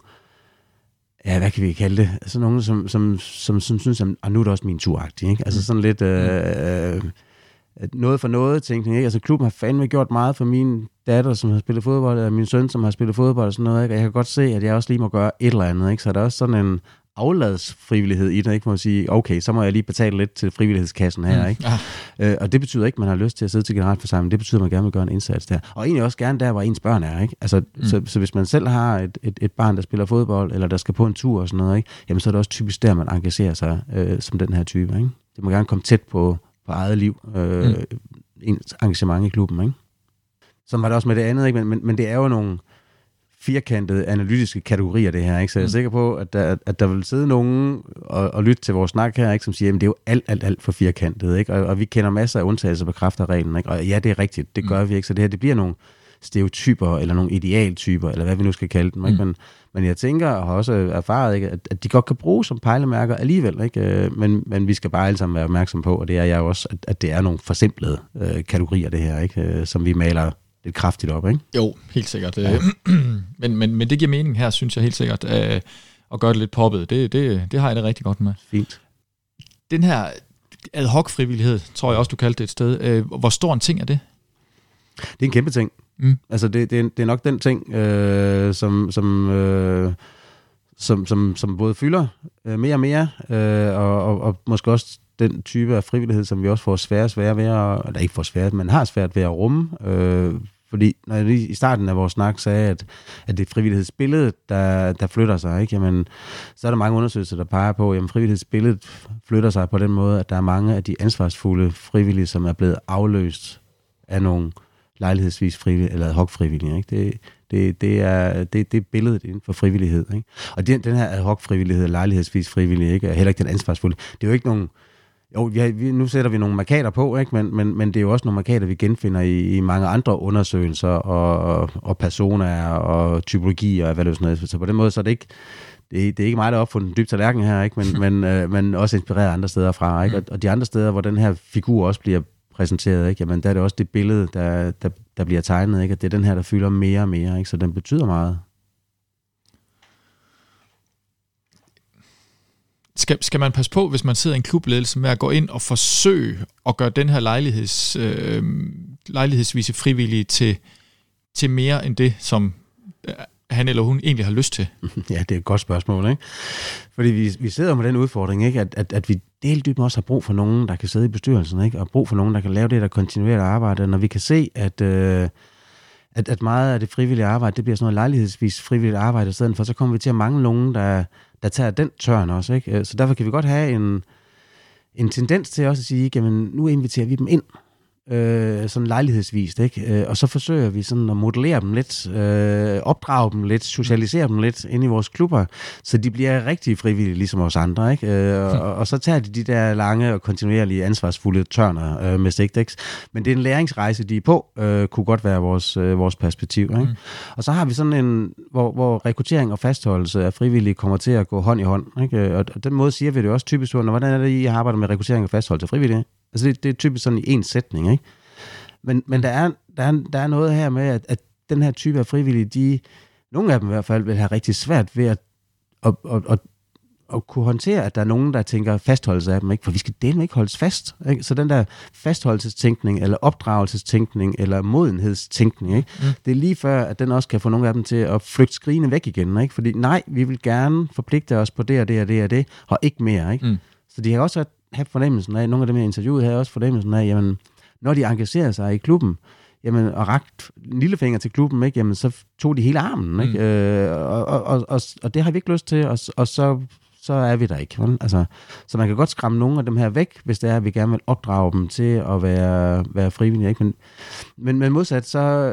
Speaker 3: ja, hvad kan vi kalde det? Sådan nogle, som, som, som, som synes, at nu er det også min tur-agtig, ikke? Altså sådan lidt øh, øh, noget for noget tænkning, ikke? Altså klubben har fandme gjort meget for min datter, som har spillet fodbold, eller min søn, som har spillet fodbold og sådan noget, ikke? Og jeg kan godt se, at jeg også lige må gøre et eller andet, ikke? Så der er også sådan en afladsfrivillighed i det, ikke? Må man sige, okay, så må jeg lige betale lidt til frivillighedskassen her, ikke? Mm, ja. øh, og det betyder ikke, at man har lyst til at sidde til generalforsamling, det betyder, at man gerne vil gøre en indsats der. Og egentlig også gerne der, hvor ens børn er, ikke? Altså, mm. så, så hvis man selv har et, et, et barn, der spiller fodbold, eller der skal på en tur og sådan noget, ikke? Jamen så er det også typisk der, man engagerer sig øh, som den her type, ikke? Det må gerne komme tæt på, på eget liv, øh, mm. ens engagement i klubben, ikke? Så var det også med det andet, ikke? Men, men, men det er jo nogle firkantede analytiske kategorier, det her, ikke? Så jeg er sikker på, at der, at der vil sidde nogen og, og lytte til vores snak her, ikke? Som siger, at det er jo alt, alt, alt for firkantet, ikke? Og, og vi kender masser af undtagelser på kraft af reglen, ikke? Og ja, det er rigtigt, det gør vi ikke. Så det her, det bliver nogle stereotyper, eller nogle idealtyper, eller hvad vi nu skal kalde dem, ikke? Men, men jeg tænker, og har også erfaret, ikke? At, at de godt kan bruges som pejlemærker alligevel, ikke? Men, men vi skal bare alle sammen være opmærksom på, og det er jeg også, at, at det er nogle forsimplede øh, kategorier, det her, ikke? Som vi maler lidt kraftigt op, ikke?
Speaker 2: Jo, helt sikkert. Ja. men, men, men det giver mening her, synes jeg helt sikkert, øh, at gøre det lidt poppet. Det, det, det har jeg det rigtig godt med.
Speaker 3: Fint.
Speaker 2: Den her ad hoc frivillighed, tror jeg også, du kaldte det et sted. Øh, hvor stor en ting er det?
Speaker 3: Det er en kæmpe ting. Mm. Altså, det, det, er, det er nok den ting, øh, som, som, øh, som, som, som både fylder øh, mere og mere, øh, og, og, og måske også den type af frivillighed, som vi også får svære og svære ved at, eller ikke får svært, men har svært ved at rumme. Øh, fordi når jeg lige i starten af vores snak sagde, at, at det er frivillighedsbilledet, der, der flytter sig, ikke? Jamen, så er der mange undersøgelser, der peger på, at frivillighedsbilledet flytter sig på den måde, at der er mange af de ansvarsfulde frivillige, som er blevet afløst af nogle lejlighedsvis frivillige, eller ad hoc frivillige, ikke? Det, det, det, er, det, det er billedet inden for frivillighed, ikke? Og den, den her ad hoc frivillighed, lejlighedsvis frivillige, ikke? Er heller ikke den ansvarsfulde. Det er jo ikke nogen. Jo, vi har, vi, nu sætter vi nogle markader på, ikke? Men, men, men det er jo også nogle markader, vi genfinder i, i mange andre undersøgelser og, og, og personer og typologier og hvad det er sådan noget. Så på den måde, så er det ikke, det, det er ikke mig, der har opfundet en dyb tallerken her, ikke? Men, men, øh, men også inspireret andre steder fra, ikke? Og, og de andre steder, hvor den her figur også bliver præsenteret, ikke? Jamen, der er det også det billede, der, der, der bliver tegnet, ikke? At det er den her, der fylder mere og mere, ikke? Så den betyder meget.
Speaker 2: Skal, skal man passe på, hvis man sidder i en klubledelse, med at gå ind og forsøge at gøre den her lejligheds, øh, lejlighedsvise frivillige til, til mere end det, som han eller hun egentlig har lyst til?
Speaker 3: Ja, det er et godt spørgsmål, ikke? Fordi vi, vi sidder med den udfordring, ikke? At, at, at vi helt dybt også har brug for nogen, der kan sidde i bestyrelsen, ikke? Og brug for nogen, der kan lave det der kontinuerligt arbejde. Når vi kan se, at, øh, at, at meget af det frivillige arbejde, det bliver sådan noget lejlighedsvis frivilligt arbejde i stedet for, så kommer vi til at mangle nogen, der der tager den tørn også, ikke? Så derfor kan vi godt have en, en tendens til også at sige, jamen nu inviterer vi dem ind, øh, sådan lejlighedsvist, ikke? Og så forsøger vi sådan at modellere dem lidt, øh, opdrage dem lidt, socialisere dem lidt ind i vores klubber, så de bliver rigtig frivillige, ligesom os andre, ikke? Øh, og, og så tager de de der lange og kontinuerlige ansvarsfulde tørner øh, med stikdæks. Men det er en læringsrejse, de er på, øh, kunne godt være vores, øh, vores perspektiv, ikke? Mm. Og så har vi sådan en, hvor, hvor rekruttering og fastholdelse af frivillige kommer til at gå hånd i hånd, ikke? Og, og den måde siger vi det også typisk under, hvordan er det, I arbejder med rekruttering og fastholdelse af frivillige? Altså det, det er typisk sådan i en sætning, ikke? Men, men der, er, der, er, der er noget her med, at, at den her type af frivillige, de, nogle af dem i hvert fald, vil have rigtig svært ved at, at, at, at, at kunne håndtere, at der er nogen, der tænker fastholdelse af dem, ikke? For vi skal dele ikke holdes fast, ikke? Så den der fastholdelsestænkning, eller opdragelsestænkning, eller modenhedstænkning, ikke? Mm. Det er lige før, at den også kan få nogle af dem til at flygte skrigende væk igen, ikke? Fordi nej, vi vil gerne forpligte os på det og det og det og det, og ikke mere, ikke? Mm. Så de har også have fornemmelsen af, nogle af dem jeg interviewet havde også fornemmelsen af, jamen, når de engagerede sig i klubben, jamen, og rakt en lillefinger til klubben, ikke, jamen, så tog de hele armen, ikke? Mm. Øh, og, og, og, og det har vi ikke lyst til, og, og så, så er vi der ikke. Vel? Altså, så man kan godt skræmme nogle af dem her væk, hvis det er, at vi gerne vil opdrage dem til at være, være frivillige, ikke? Men, men, men modsat, så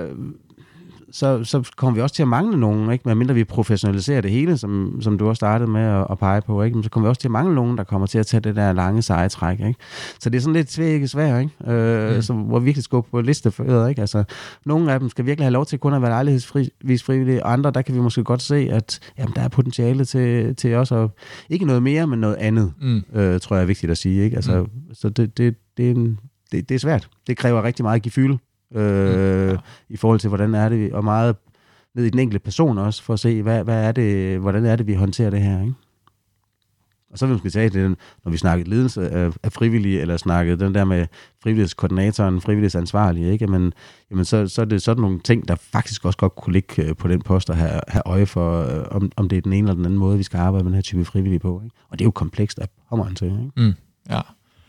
Speaker 3: Så, så kommer vi også til at mangle nogen, ikke? Medmindre vi professionaliserer det hele, som, som du også startede med at, at pege på, ikke? Men så kommer vi også til at mangle nogen, der kommer til at tage det der lange seje træk, ikke? Så det er sådan lidt svært svært, ikke? Øh, mm. Så hvor vi virkelig skal gå på liste for, ikke? Altså, nogle af dem skal virkelig have lov til kun at være lejlighedsvis frivillige, og andre, der kan vi måske godt se, at jamen, der er potentiale til, til også at, ikke noget mere, men noget andet, mm. øh, tror jeg er vigtigt at sige, ikke? Altså, mm. så det, det, det, er en, det, det er svært. Det kræver rigtig meget gefyld. Øh, ja. I forhold til, hvordan er det, og meget ned i den enkelte person også, for at se, hvad, hvad er det, hvordan er det, vi håndterer det her, ikke? Og så vil vi måske sige, det, når vi snakkede ledelse af, af frivillige, eller snakkede den der med frivillighedskoordinatoren, frivillighedsansvarlige, ikke? Men, jamen så, så er det sådan nogle ting, der faktisk også godt kunne ligge på den post og have, have øje for, om, om det er den ene eller den anden måde, vi skal arbejde med den her type frivillige på, ikke? Og det er jo komplekst at komme til, ikke?
Speaker 2: Mm, ja.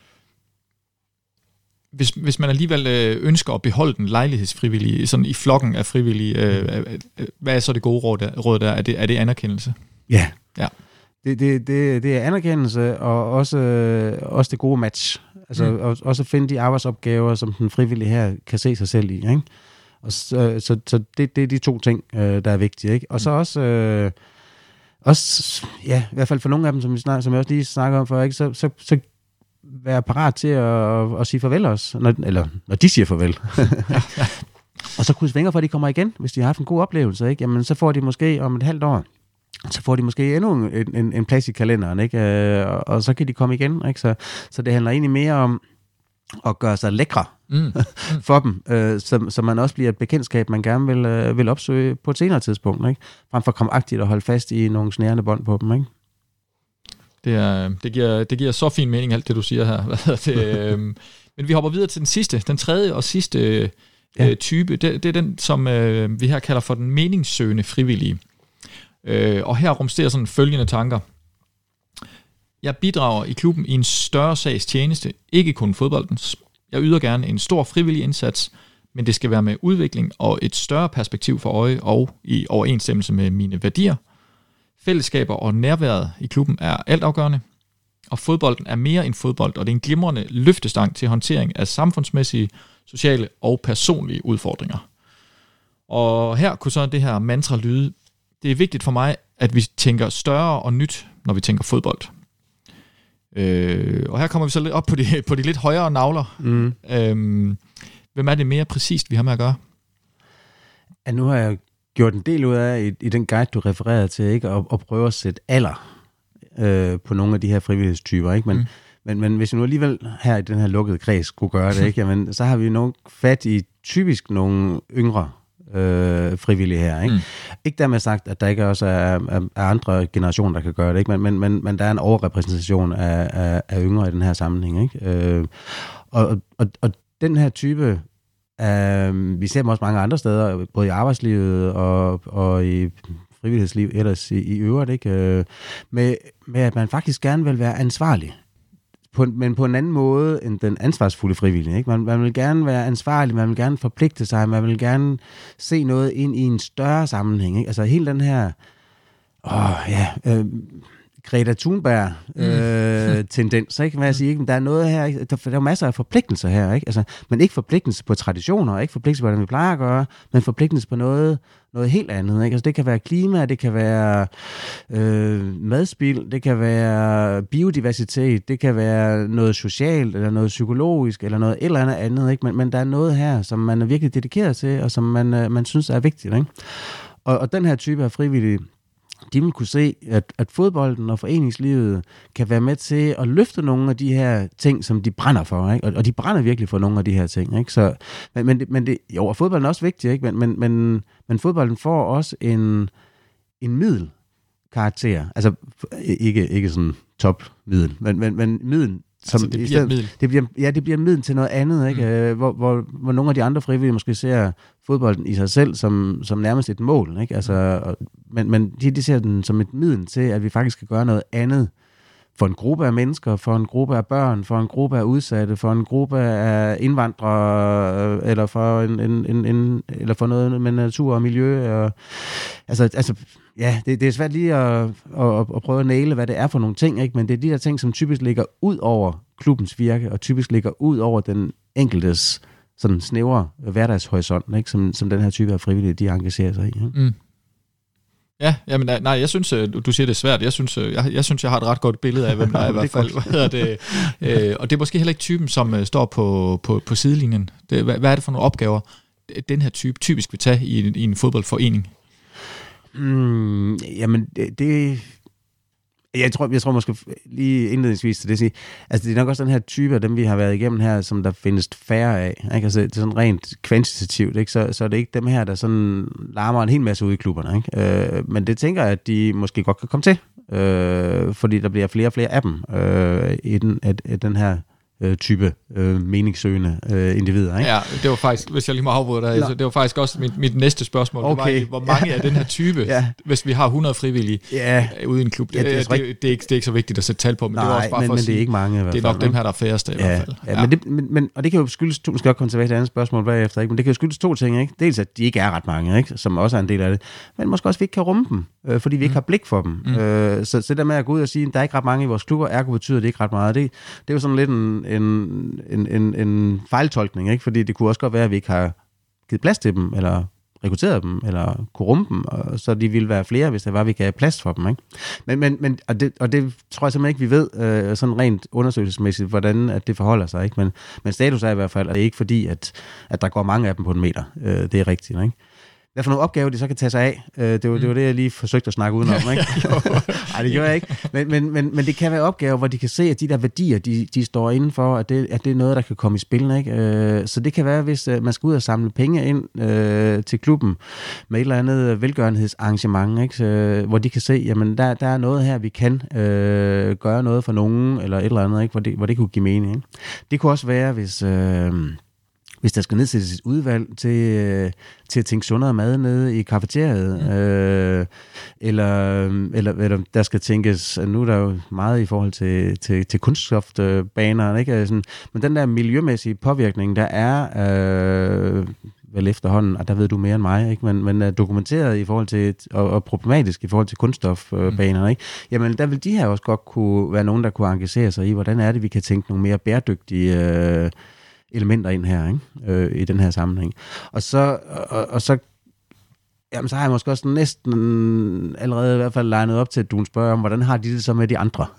Speaker 2: Hvis, hvis man alligevel ønsker at beholde den lejlighedsfrivillige, sådan i flokken af frivillige, øh, hvad er så det gode råd der? Råd der? Er, det, er det anerkendelse?
Speaker 3: Ja.
Speaker 2: Ja.
Speaker 3: Det, det, det, det er anerkendelse, og også, også det gode match. Altså mm. også, også finde de arbejdsopgaver, som den frivillige her kan se sig selv i, ikke? Og så, så, så det, det er de to ting, øh, der er vigtige, ikke? Og så også, øh, også, ja, i hvert fald for nogle af dem, som, vi snak, som jeg også lige snakker om før, ikke? Så, så, så være parat til at, at, at sige farvel også, når, eller når de siger farvel. Og så krydse fingre for, at de kommer igen, hvis de har haft en god oplevelse, ikke? Jamen, så får de måske om et halvt år, så får de måske endnu en, en, en plads i kalenderen, ikke? Og, og så kan de komme igen, ikke? Så, så det handler egentlig mere om at gøre sig lækre mm. Mm. for dem, øh, så, så man også bliver et bekendtskab, man gerne vil, øh, vil opsøge på et senere tidspunkt, ikke? Frem for at komme aktivt og holde fast i nogle snærende bånd på dem, ikke?
Speaker 2: Det, er, det, giver, det giver så fin mening, alt det du siger her. det, øh, men vi hopper videre til den sidste, den tredje og sidste øh, ja. type. Det, det er den, som øh, vi her kalder for den meningssøgende frivillige. Øh, og her rumsterer sådan følgende tanker. Jeg bidrager i klubben i en større sags tjeneste, ikke kun fodboldens. Jeg yder gerne en stor frivillig indsats, men det skal være med udvikling og et større perspektiv for øje og i overensstemmelse med mine værdier. Fællesskaber og nærværet i klubben er altafgørende, og fodbolden er mere end fodbold, og det er en glimrende løftestang til håndtering af samfundsmæssige, sociale og personlige udfordringer. Og her kunne så det her mantra lyde: det er vigtigt for mig, at vi tænker større og nyt, når vi tænker fodbold. Øh, og her kommer vi så lidt op på de, på de lidt højere navler. Mm. Øhm, hvem er det mere præcist, vi har med at gøre?
Speaker 3: Ja, nu har jeg gjort en del ud af i, i den guide, du refererede til, ikke? Og, og prøve at sætte alder øh, på nogle af de her frivillighedstyper, ikke? Men, mm. men, men hvis vi nu alligevel her i den her lukkede kreds skulle gøre det, ikke? Jamen, så har vi nok fat i typisk nogle yngre øh, frivillige her, ikke? Mm. Ikke dermed sagt, at der ikke også er, er, er andre generationer, der kan gøre det, ikke? Men, men, men, men der er en overrepræsentation af, af, af yngre i den her sammenhæng, ikke? Øh, og, og, og den her type, øh, vi ser dem også mange andre steder, både i arbejdslivet og, og i frivillighedsliv ellers i, i øvrigt, ikke? Øh, med, med at man faktisk gerne vil være ansvarlig, på, men på en anden måde end den ansvarsfulde frivillige, ikke? Man, man vil gerne være ansvarlig, man vil gerne forpligte sig, man vil gerne se noget ind i en større sammenhæng, ikke? Altså hele den her, åh ja, øh, Greta Thunberg-tendens, øh, ikke? Hvad jeg siger, ikke? Der er noget her, ikke? Der, der er jo masser af forpligtelser her, ikke? Altså, men ikke forpligtelse på traditioner, ikke forpligtelse på, hvordan vi plejer at gøre, men forpligtelse på noget, noget helt andet, ikke? Altså, det kan være klima, det kan være øh, madspild, det kan være biodiversitet, det kan være noget socialt, eller noget psykologisk, eller noget et eller andet andet, ikke? Men, men der er noget her, som man er virkelig dedikeret til, og som man, øh, man synes er vigtigt, ikke? Og, og den her type af frivillige, de vil kunne se, at, at fodbolden og foreningslivet kan være med til at løfte nogle af de her ting, som de brænder for, ikke? Og, og de brænder virkelig for nogle af de her ting, ikke? Så, men, men, men det, jo, og fodbolden er også vigtig, ikke? Men, men, men, men fodbolden får også en, en middelkarakter. Altså ikke, ikke sådan top-middel, men, men, men middel. Som
Speaker 2: altså, det bliver stedet, middel.
Speaker 3: Det bliver, ja, det bliver middel til noget andet, ikke? Mm. Hvor, hvor, hvor nogle af de andre frivillige måske ser fodbolden i sig selv som, som nærmest et mål, ikke? Altså, men men de, de ser den som et middel til, at vi faktisk skal gøre noget andet for en gruppe af mennesker, for en gruppe af børn, for en gruppe af udsatte, for en gruppe af indvandrere, eller for, en, en, en, en, eller for noget med natur og miljø. Og, altså, altså, ja, det, det er svært lige at, at, at prøve at næle, hvad det er for nogle ting, ikke? Men det er de der ting, som typisk ligger ud over klubbens virke, og typisk ligger ud over den enkeltes sådan snævre hverdagshorisont, ikke? Som, som den her type af frivillige, de engagerer sig i. Ikke?
Speaker 2: Mm. Ja, jamen, nej, jeg synes, du siger det er svært. Jeg synes, jeg, jeg synes, jeg har et ret godt billede af, hvem der er i hvert fald. Hvad hedder det? Øh, og det er måske heller ikke typen, som uh, står på, på, på sidelinjen. Det, hvad, hvad er det for nogle opgaver, den her type typisk vil tage i, i en fodboldforening?
Speaker 3: Mm, jamen, det, det... Jeg tror, jeg tror måske lige indledningsvis til det at sige, altså det er nok også den her type af dem, vi har været igennem her, som der findes færre af. Ikke? Altså det er sådan rent kvantitativt, ikke? Så, så er det ikke dem her, der sådan larmer en hel masse ude i klubberne. Ikke? Øh, men det tænker jeg, at de måske godt kan komme til, øh, fordi der bliver flere og flere af dem øh, i den, af, af den her type øh, meningssøgende øh, individer, ikke?
Speaker 2: Ja, det var faktisk, hvis jeg lige må afbryde dig, så det var faktisk også mit, mit næste spørgsmål. Okay. Det var, hvor mange ja. af den her type, ja. hvis vi har hundrede frivillige ja. ude i en klub, det, ja, det, er det, det, det, er ikke, det er ikke så vigtigt at sætte tal på, men
Speaker 3: Nej,
Speaker 2: det var også bare
Speaker 3: men,
Speaker 2: for at
Speaker 3: men
Speaker 2: sige,
Speaker 3: det er ikke mange i hvert fald.
Speaker 2: Det er nok dem her, der er færreste i
Speaker 3: ja.
Speaker 2: hvert fald.
Speaker 3: Ja, ja. Men, det, men, men, og det kan jo skyldes, du skal også komme tilbage til et andet spørgsmål bagefter, ikke? Men det kan jo skyldes to ting, ikke? Dels at de ikke er ret mange, ikke? Som også er en del af det, men måske også, at vi ikke kan rumme dem, øh, fordi vi ikke mm. har blik for dem. Mm. Øh, så, så det der med at gå ud og sige, at der er ikke ret mange i vores klubber, ergo betyder det ikke ret meget. Det, det er jo sådan lidt en, en, en, en en fejltolkning, ikke? Fordi det kunne også godt være, at vi ikke har givet plads til dem, eller rekrutteret dem, eller kunne rumme dem, og så de ville være flere, hvis der var, vi kan have plads for dem, ikke? Men, men, men og, det, og det tror jeg simpelthen ikke, vi ved, øh, sådan rent undersøgelsesmæssigt, hvordan at det forholder sig, ikke? Men, men status er i hvert fald, at det er ikke fordi, at, at der går mange af dem på en meter. Øh, det er rigtigt, ikke? Hvad for nogle opgaver, de så kan tage sig af. Øh, det, var, mm. det var det, jeg lige forsøgte at snakke udenom, ikke? Nej, det gør jeg ikke. Men, men, men, men det kan være opgaver, hvor de kan se, at de der værdier, de, de står indenfor, at det, at det er noget, der kan komme i spil, ikke? Øh, så det kan være, hvis øh, man skal ud og samle penge ind øh, til klubben med et eller andet velgørenhedsarrangement, ikke? Så, hvor de kan se, jamen der, der er noget her, vi kan øh, gøre noget for nogen, eller et eller andet, ikke? Hvor, det, hvor det kunne give mening, ikke? Det kunne også være, hvis... Øh, Hvis der skal nedsættes et udvalg til, øh, til at tænke sundere mad nede i kafeteriet, mm. øh, eller, eller, eller der skal tænkes, nu er der jo meget i forhold til, til, til kunststofbanerne, ikke? Altså, men den der miljømæssige påvirkning, der er øh, vel efterhånden, og der ved du mere end mig, ikke? Men, men er dokumenteret i forhold til, og, og problematisk i forhold til kunststofbanerne, mm. ikke? Jamen der vil de her også godt kunne være nogen, der kunne engagere sig i, hvordan er det, vi kan tænke nogle mere bæredygtige øh, elementer ind her, ikke? Øh, i den her sammenhæng. Og så, og, og så, jamen, så har jeg måske også næsten allerede i hvert fald legnet op til, at du spørger om, hvordan har de det så med de andre?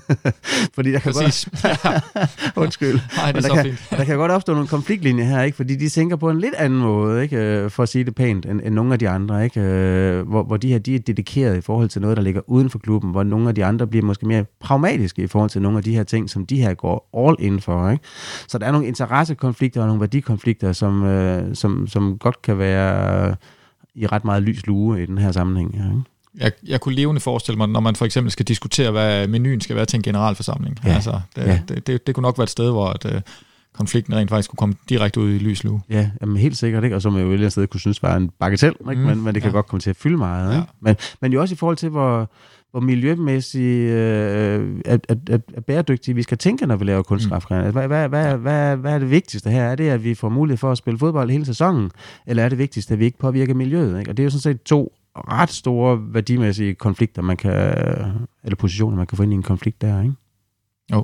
Speaker 3: Fordi der kan
Speaker 2: Præcis.
Speaker 3: godt... Undskyld.
Speaker 2: Nej, det er
Speaker 3: der,
Speaker 2: så
Speaker 3: kan,
Speaker 2: fint.
Speaker 3: der kan godt opstå nogle konfliktlinjer her, ikke? Fordi de tænker på en lidt anden måde, ikke? For at sige det pænt, end, end nogle af de andre, ikke? Hvor, hvor de her, de er dedikeret i forhold til noget, der ligger uden for klubben, hvor nogle af de andre bliver måske mere pragmatiske i forhold til nogle af de her ting, som de her går all in for, ikke? Så der er nogle interessekonflikter og nogle værdikonflikter, som, øh, som, som godt kan være i ret meget lys lue i den her sammenhæng. Ja, ikke?
Speaker 2: Jeg, jeg kunne levende forestille mig, når man for eksempel skal diskutere, hvad menuen skal være til en generalforsamling. Ja, altså, det, ja. det, det, det kunne nok være et sted, hvor at, uh, konflikten rent faktisk kunne komme direkte ud i lys lue.
Speaker 3: Ja, jamen helt sikkert, ikke? Og som jeg jo et eller andet sted kunne synes var en bagatel, ikke? Mm, men, men det kan ja. godt komme til at fylde meget. Ikke? Ja. Men, men jo også i forhold til, hvor, hvor miljømæssigt øh, at, at, at, at bæredygtige vi skal tænke, når vi laver kunstkraftgræn. Mm. Hvad, hvad, hvad, hvad, hvad er det vigtigste her? Er det, at vi får mulighed for at spille fodbold hele sæsonen? Eller er det vigtigste, at vi ikke påvirker miljøet? Ikke? Og det er jo sådan set to ret store værdimæssige konflikter, man kan, eller positioner, man kan få ind i en konflikt der, ikke?
Speaker 2: Jo.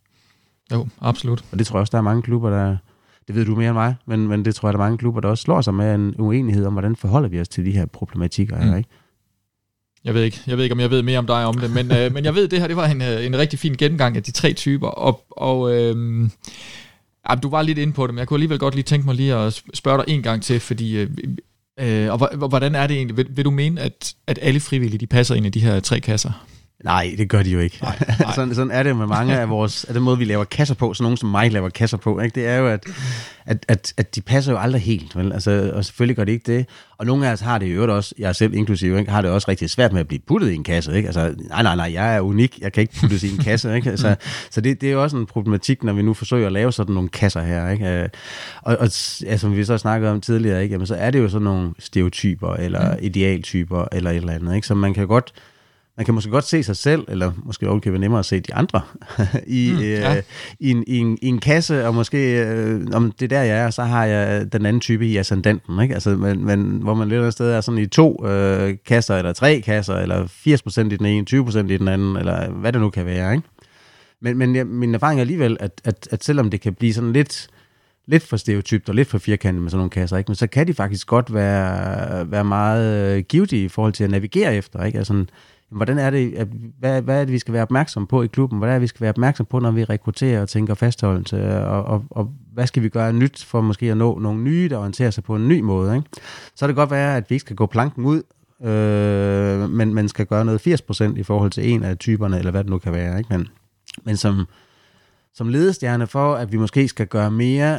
Speaker 2: Jo, absolut.
Speaker 3: Og det tror jeg også, der er mange klubber, der... Det ved du mere end mig, men, men det tror jeg, der er mange klubber, der også slår sig med en uenighed om, hvordan forholder vi os til de her problematikker her, mm. ikke?
Speaker 2: Jeg ved ikke, jeg ved ikke, om jeg ved mere om dig om det, men, øh, men jeg ved, det her det var en, en rigtig fin gennemgang af de tre typer, og, og øh, ja, du var lidt inde på det, men jeg kunne alligevel godt lige tænke mig lige at spørge dig en gang til, fordi, øh, øh, og hvordan er det egentlig, vil, vil du mene, at, at alle frivillige, de passer ind i de her tre kasser?
Speaker 3: Nej, det gør de jo ikke. Nej, nej. sådan, sådan er det med mange af vores, af den måde, vi laver kasser på, så nogen som mig laver kasser på, ikke? Det er jo, at, at, at, at de passer jo aldrig helt, vel? Altså, og selvfølgelig gør de ikke det. Og nogle af os har det jo også, jeg selv inklusive, ikke? Har det også rigtig svært med at blive puttet i en kasse, ikke? Altså, nej, nej, nej, jeg er unik, jeg kan ikke puttes i en kasse, ikke? Altså, så det, det er jo også en problematik, når vi nu forsøger at lave sådan nogle kasser her, ikke? Og, og ja, som vi så snakkede om tidligere, ikke? Jamen, så er det jo sådan nogle stereotyper, eller idealtyper, eller et eller andet, ikke? Så man kan godt Man kan måske godt se sig selv, eller måske også kan være nemmere at se de andre, i, mm, ja. øh, i, en, i, en, i en kasse, og måske, øh, om det der jeg er, så har jeg den anden type i ascendanten, ikke? Altså, men, men hvor man lidt af sted er sådan i to øh, kasser, eller tre kasser, eller firs procent i den ene, tyve procent i den anden, eller hvad det nu kan være, ikke? Men, men ja, min erfaring er alligevel, at, at, at selvom det kan blive sådan lidt, lidt for stereotypt og lidt for firkantet med sådan nogle kasser, ikke? Men så kan de faktisk godt være, være meget givtige i forhold til at navigere efter, ikke? Altså, hvordan er det, at, hvad, hvad er det, vi skal være opmærksom på i klubben? Hvad er det, vi skal være opmærksom på, når vi rekrutterer og tænker fastholdelse? Og, og, og hvad skal vi gøre nyt for måske at nå nogle nye, der orienterer sig på en ny måde, ikke? Så er det godt være, at vi ikke skal gå planken ud øh, men man skal gøre noget firs procent i forhold til en af typerne, eller hvad det nu kan være. Ikke? Men, men som, som ledestjerne for, at vi måske skal gøre mere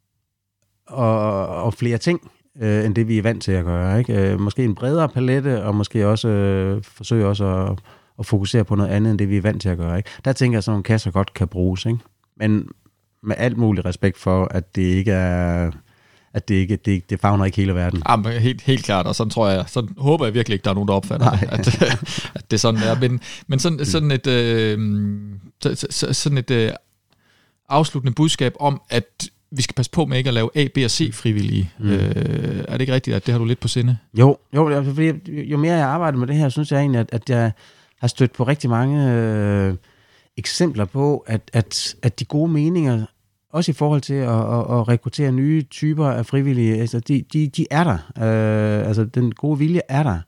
Speaker 3: og, og flere ting, øh, end det vi er vant til at gøre. Ikke? Øh, måske en bredere palette, og måske også øh, forsøge også at, at fokusere på noget andet, end det vi er vant til at gøre. Ikke? Der tænker jeg, at sådan nogle kasser godt kan bruges. Ikke? Men med alt mulig respekt for, at det ikke er... at det ikke det, det favner ikke hele verden.
Speaker 2: Jamen, helt, helt klart, og sådan tror jeg, sådan håber jeg virkelig ikke, der er nogen, der opfatter det, at, at det sådan er. Men, men sådan, sådan et, øh, sådan et øh, afsluttende budskab om, at vi skal passe på med ikke at lave A, B og C frivillige. Mm. Øh, er det ikke rigtigt, at det har du lidt på sinde?
Speaker 3: Jo, jo, fordi jo mere jeg arbejder med det her, synes jeg egentlig, at, at jeg har stødt på rigtig mange øh, eksempler på, at, at, at de gode meninger, også i forhold til at, at, at rekruttere nye typer af frivillige, altså de, de, de er der. Øh, altså den gode vilje er der.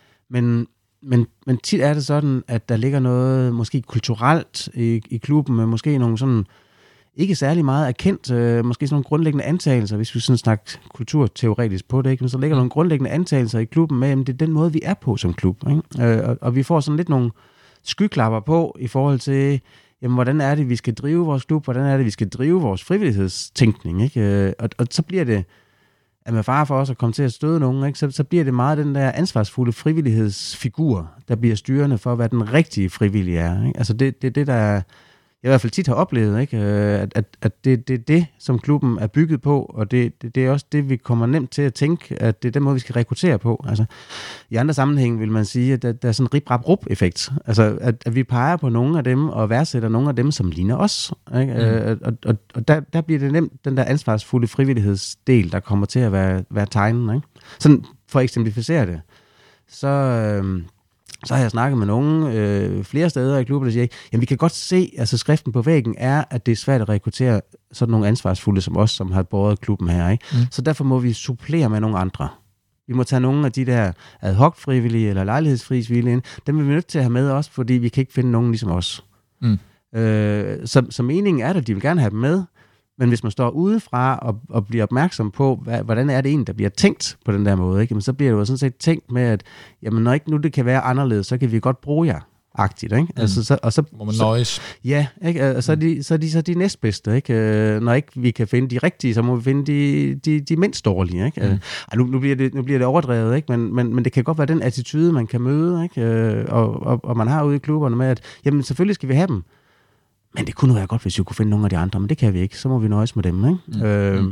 Speaker 3: Men, men, men tit er det sådan, at der ligger noget måske kulturelt i, i klubben, med måske nogle sådan, ikke særlig meget erkendt, øh, måske sådan nogle grundlæggende antagelser, hvis vi sådan snakker kulturteoretisk på det, ikke? Men så ligger der nogle grundlæggende antagelser i klubben med, at det er den måde, vi er på som klub. Ikke? Øh, og, og vi får sådan lidt nogle skyklapper på i forhold til, jamen, hvordan er det, vi skal drive vores klub? Hvordan er det, vi skal drive vores frivillighedstænkning? Ikke? Og, og så bliver det, at med fare for os at komme til at støde nogen, ikke? Så, så bliver det meget den der ansvarsfulde frivillighedsfigur, der bliver styrende for, hvad den rigtige frivillige er. Ikke? Altså det er det, det, der jeg i hvert fald tit har oplevet, ikke? At, at, at det er det, det, som klubben er bygget på, og det, det, det er også det, vi kommer nemt til at tænke, at det er den måde, vi skal rekruttere på. Altså, i andre sammenhæng vil man sige, at der, der er sådan en rip-rap-rup-effekt. Altså, at, at vi peger på nogle af dem, og værdsætter nogle af dem, som ligner os. Ikke? Mm. Og, og, og der, der bliver det nemt den der ansvarsfulde frivillighedsdel, der kommer til at være, være tegnen. Ikke? Sådan, for at eksemplificere det, så... Øh, Så har jeg snakket med nogen øh, flere steder i klubben, der siger, jamen vi kan godt se, altså skriften på væggen er, at det er svært at rekruttere sådan nogle ansvarsfulde som os, som har båret klubben her. Ikke? Mm. Så derfor må vi supplere med nogle andre. Vi må tage nogle af de der ad hoc frivillige eller lejlighedsfrivillige ind. Dem er vi nødt til at have med os, fordi vi kan ikke finde nogen ligesom os. Mm. Øh, så, så meningen er, at de vil gerne have dem med, men hvis man står udefra og, og bliver opmærksom på, hvad, hvordan er det egentlig, der bliver tænkt på den der måde, ikke? Jamen, så bliver det jo sådan set tænkt med, at jamen, når ikke nu det kan være anderledes, så kan vi godt bruge jer agtigt, ikke? Mm. Altså, så, og så,
Speaker 2: må man nøjes.
Speaker 3: Ja, ikke? Og så er de, så er de, så er de næstbedste, ikke? Når ikke vi kan finde de rigtige, så må vi finde de, de, de mindst dårlige, ikke? Mm. Ej, nu, nu, bliver det, nu bliver det overdrevet, ikke? Men, men, men det kan godt være den attitude, man kan møde, ikke? Og, og, og man har ude i klubberne med, at jamen, selvfølgelig skal vi have dem. Men det kunne være godt, hvis vi kunne finde nogle af de andre, men det kan vi ikke. Så må vi nøjes med dem, ikke? Mm. Øhm,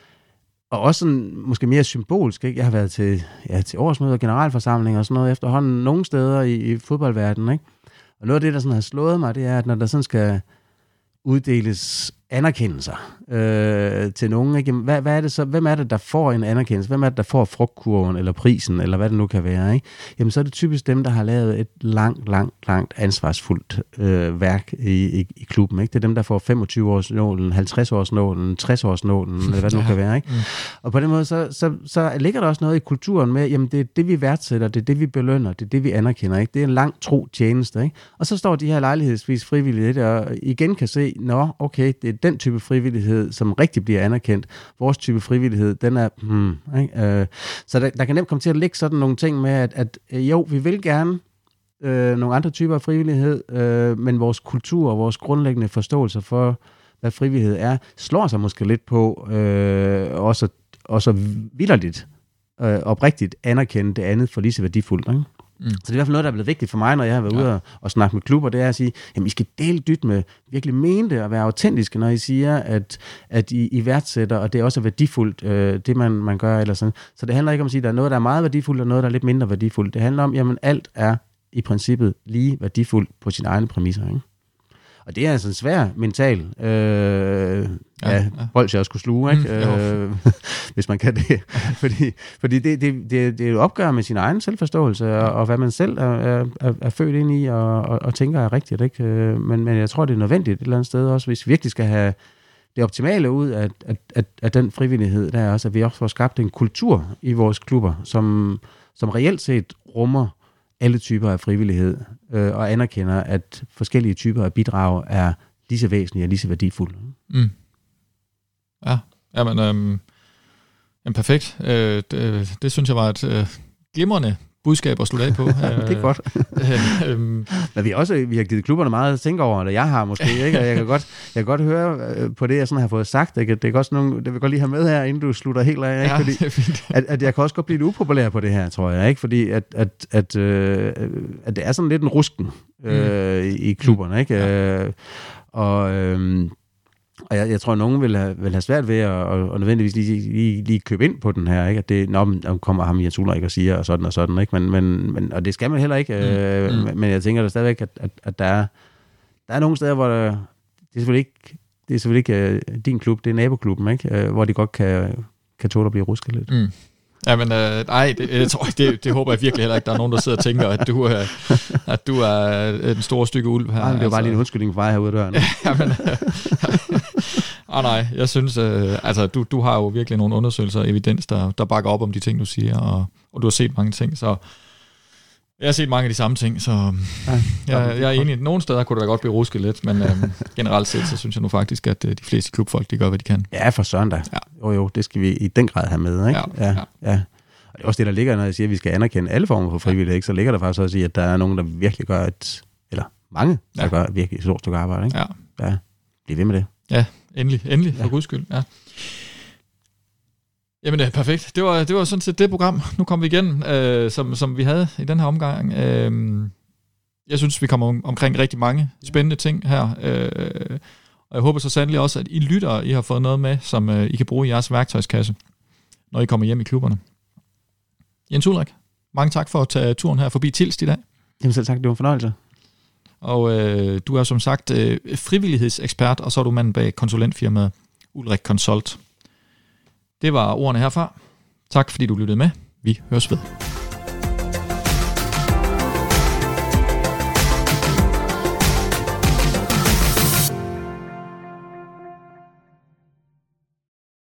Speaker 3: og også sådan, måske mere symbolsk, ikke? Jeg har været til, ja, til årsmøder, generalforsamlinger og sådan noget efterhånden nogle steder i, i fodboldverdenen, ikke? Og noget af det, der sådan har slået mig, det er, at når der sådan skal uddeles anerkendelser øh, til nogen, ikke? Hvad, hvad er det så? Hvem er det, der får en anerkendelse? Hvem er det, der får frugtkurven eller prisen, eller hvad det nu kan være, ikke? Jamen, så er det typisk dem, der har lavet et langt, langt, langt ansvarsfuldt øh, værk i, i, i klubben, ikke? Det er dem, der får femogtyve-årsnålen, halvtreds-årsnålen, tres-årsnålen, eller hvad det nu kan være, ikke? Mm. Og på den måde, så, så, så ligger der også noget i kulturen med, jamen, det er det, vi værdsætter, det er det, vi belønner, det er det, vi anerkender, ikke? Det er en lang, tro tjeneste, ikke? Og så står de her lejlighedsvis frivillige der, og igen kan se, nå, okay, det er den type frivillighed, som rigtig bliver anerkendt. Vores type frivillighed, den er... Hmm, ikke? Øh, så der, der kan nemt komme til at ligge sådan nogle ting med, at, at jo, vi vil gerne øh, nogle andre typer af frivillighed, øh, men vores kultur og vores grundlæggende forståelse for, hvad frivillighed er, slår sig måske lidt på øh, også, også vildt øh, oprigtigt anerkende det andet for lige så værdifuldt, ikke? Mm. Så det er i hvert fald noget, der er blevet vigtigt for mig, når jeg har været ja. ude og, og snakke med klubber, det er at sige, jamen I skal dele dyt med, virkelig mene det og være autentiske, når I siger, at, at I, I værdsætter, og det er også værdifuldt, øh, det man, man gør eller sådan. Så det handler ikke om at sige, at der er noget, der er meget værdifuldt, og noget, der er lidt mindre værdifuldt. Det handler om, jamen alt er i princippet lige værdifuldt på sine egne præmisser, ikke? Og det er altså en svær mental øh, ja, ja, bolsje at skulle sluge, ikke? Mm, øh, hvis man kan det. fordi fordi det, det, det, det er et opgør med sin egen selvforståelse, og, og hvad man selv er, er, er født ind i, og, og, og tænker er rigtigt, ikke? Men, men jeg tror, det er nødvendigt et eller andet sted også, hvis vi virkelig skal have det optimale ud af, at, at, at den frivillighed, der er også, at vi også får skabt en kultur i vores klubber, som, som reelt set rummer alle typer af frivillighed, øh, og anerkender, at forskellige typer af bidrag er lige så væsentlige og lige så værdifulde.
Speaker 2: Mm. Ja, jamen, øhm, jamen perfekt. Øh, det, det synes jeg var et øh, glimrende budskab at slutte af på.
Speaker 3: Det er godt. øhm. Men vi har også vi har givet klubberne meget at tænke over, eller jeg har måske, ikke? Og jeg kan godt, jeg kan godt høre på det, jeg sådan har fået sagt. Ikke? Det er også nogle, det vil jeg godt lige have med her, inden du slutter helt af. Ikke?
Speaker 2: Ja,
Speaker 3: fordi,
Speaker 2: det er fint.
Speaker 3: at, at jeg kan også godt blive lidt upopulær på det her, tror jeg. Ikke? Fordi at, at, at, øh, at det er sådan lidt en rusken øh, mm. i klubberne. Ikke? Ja. Øh, og... Øh, Og jeg, jeg tror, at nogen vil have, vil have svært ved at og, og nødvendigvis lige, lige, lige købe ind på den her, ikke? At det, når kommer ham Jens Ulrik og siger, og sådan og sådan, ikke? Men, men, men, og det skal man heller ikke. Mm. Øh, mm. Men jeg tænker da stadigvæk, at, at, at der, er, der er nogle steder, hvor der, det er selvfølgelig ikke, det er selvfølgelig ikke uh, din klub, det er naboklubben, ikke? Uh, hvor de godt kan, kan tåle at blive rusket lidt. Mm.
Speaker 2: Ja, men øh, nej, det, jeg tror, det, det håber jeg virkelig heller ikke, der er nogen, der sidder og tænker, at du er, at du er en stor stykke ulv her.
Speaker 3: Nej, det er
Speaker 2: altså.
Speaker 3: bare lige en undskyldning for mig herude af døren.
Speaker 2: Ja, men... Ah, nej, jeg synes, øh, altså du, du har jo virkelig nogle undersøgelser og evidens, der, der bakker op om de ting, du siger, og, og du har set mange ting, så jeg har set mange af de samme ting, så ja, jeg, jeg er enig. Nogle steder kunne det da godt blive rusket lidt, men øh, generelt set, så synes jeg nu faktisk, at øh, de fleste klubfolk, de gør, hvad de kan.
Speaker 3: Ja, for søren da. Ja. Jo jo, det skal vi i den grad have med, ikke?
Speaker 2: Ja, ja.
Speaker 3: ja. Og det er også det, der ligger, når jeg siger, at vi skal anerkende alle former for frivillighed, ikke? Så ligger der faktisk også i, at der er nogen, der virkelig gør et, eller mange, der ja. gør et virkelig stort stykke arbejde, ikke?
Speaker 2: Ja.
Speaker 3: Ja, bliv ved med det.
Speaker 2: Ja, endelig, endelig, for ja. Guds skyld, ja. Jamen det er perfekt. Det var, det var sådan set det program. Nu kom vi igen, øh, som, som vi havde i den her omgang. Øh, jeg synes, vi kommer om, omkring rigtig mange spændende ting her. Øh, og jeg håber så sandelig også, at I lytter, I har fået noget med, som øh, I kan bruge i jeres værktøjskasse, når I kommer hjem i klubberne. Jens Ulrik, mange tak for at tage turen her forbi Tilst i dag.
Speaker 3: Jamen selv tak, det var en fornøjelse.
Speaker 2: Og øh, du er som sagt øh, frivillighedsekspert, og så er du manden bag konsulentfirmaet Ulrik Consult. Det var ordene herfra. Tak fordi du lyttede med. Vi høres ved.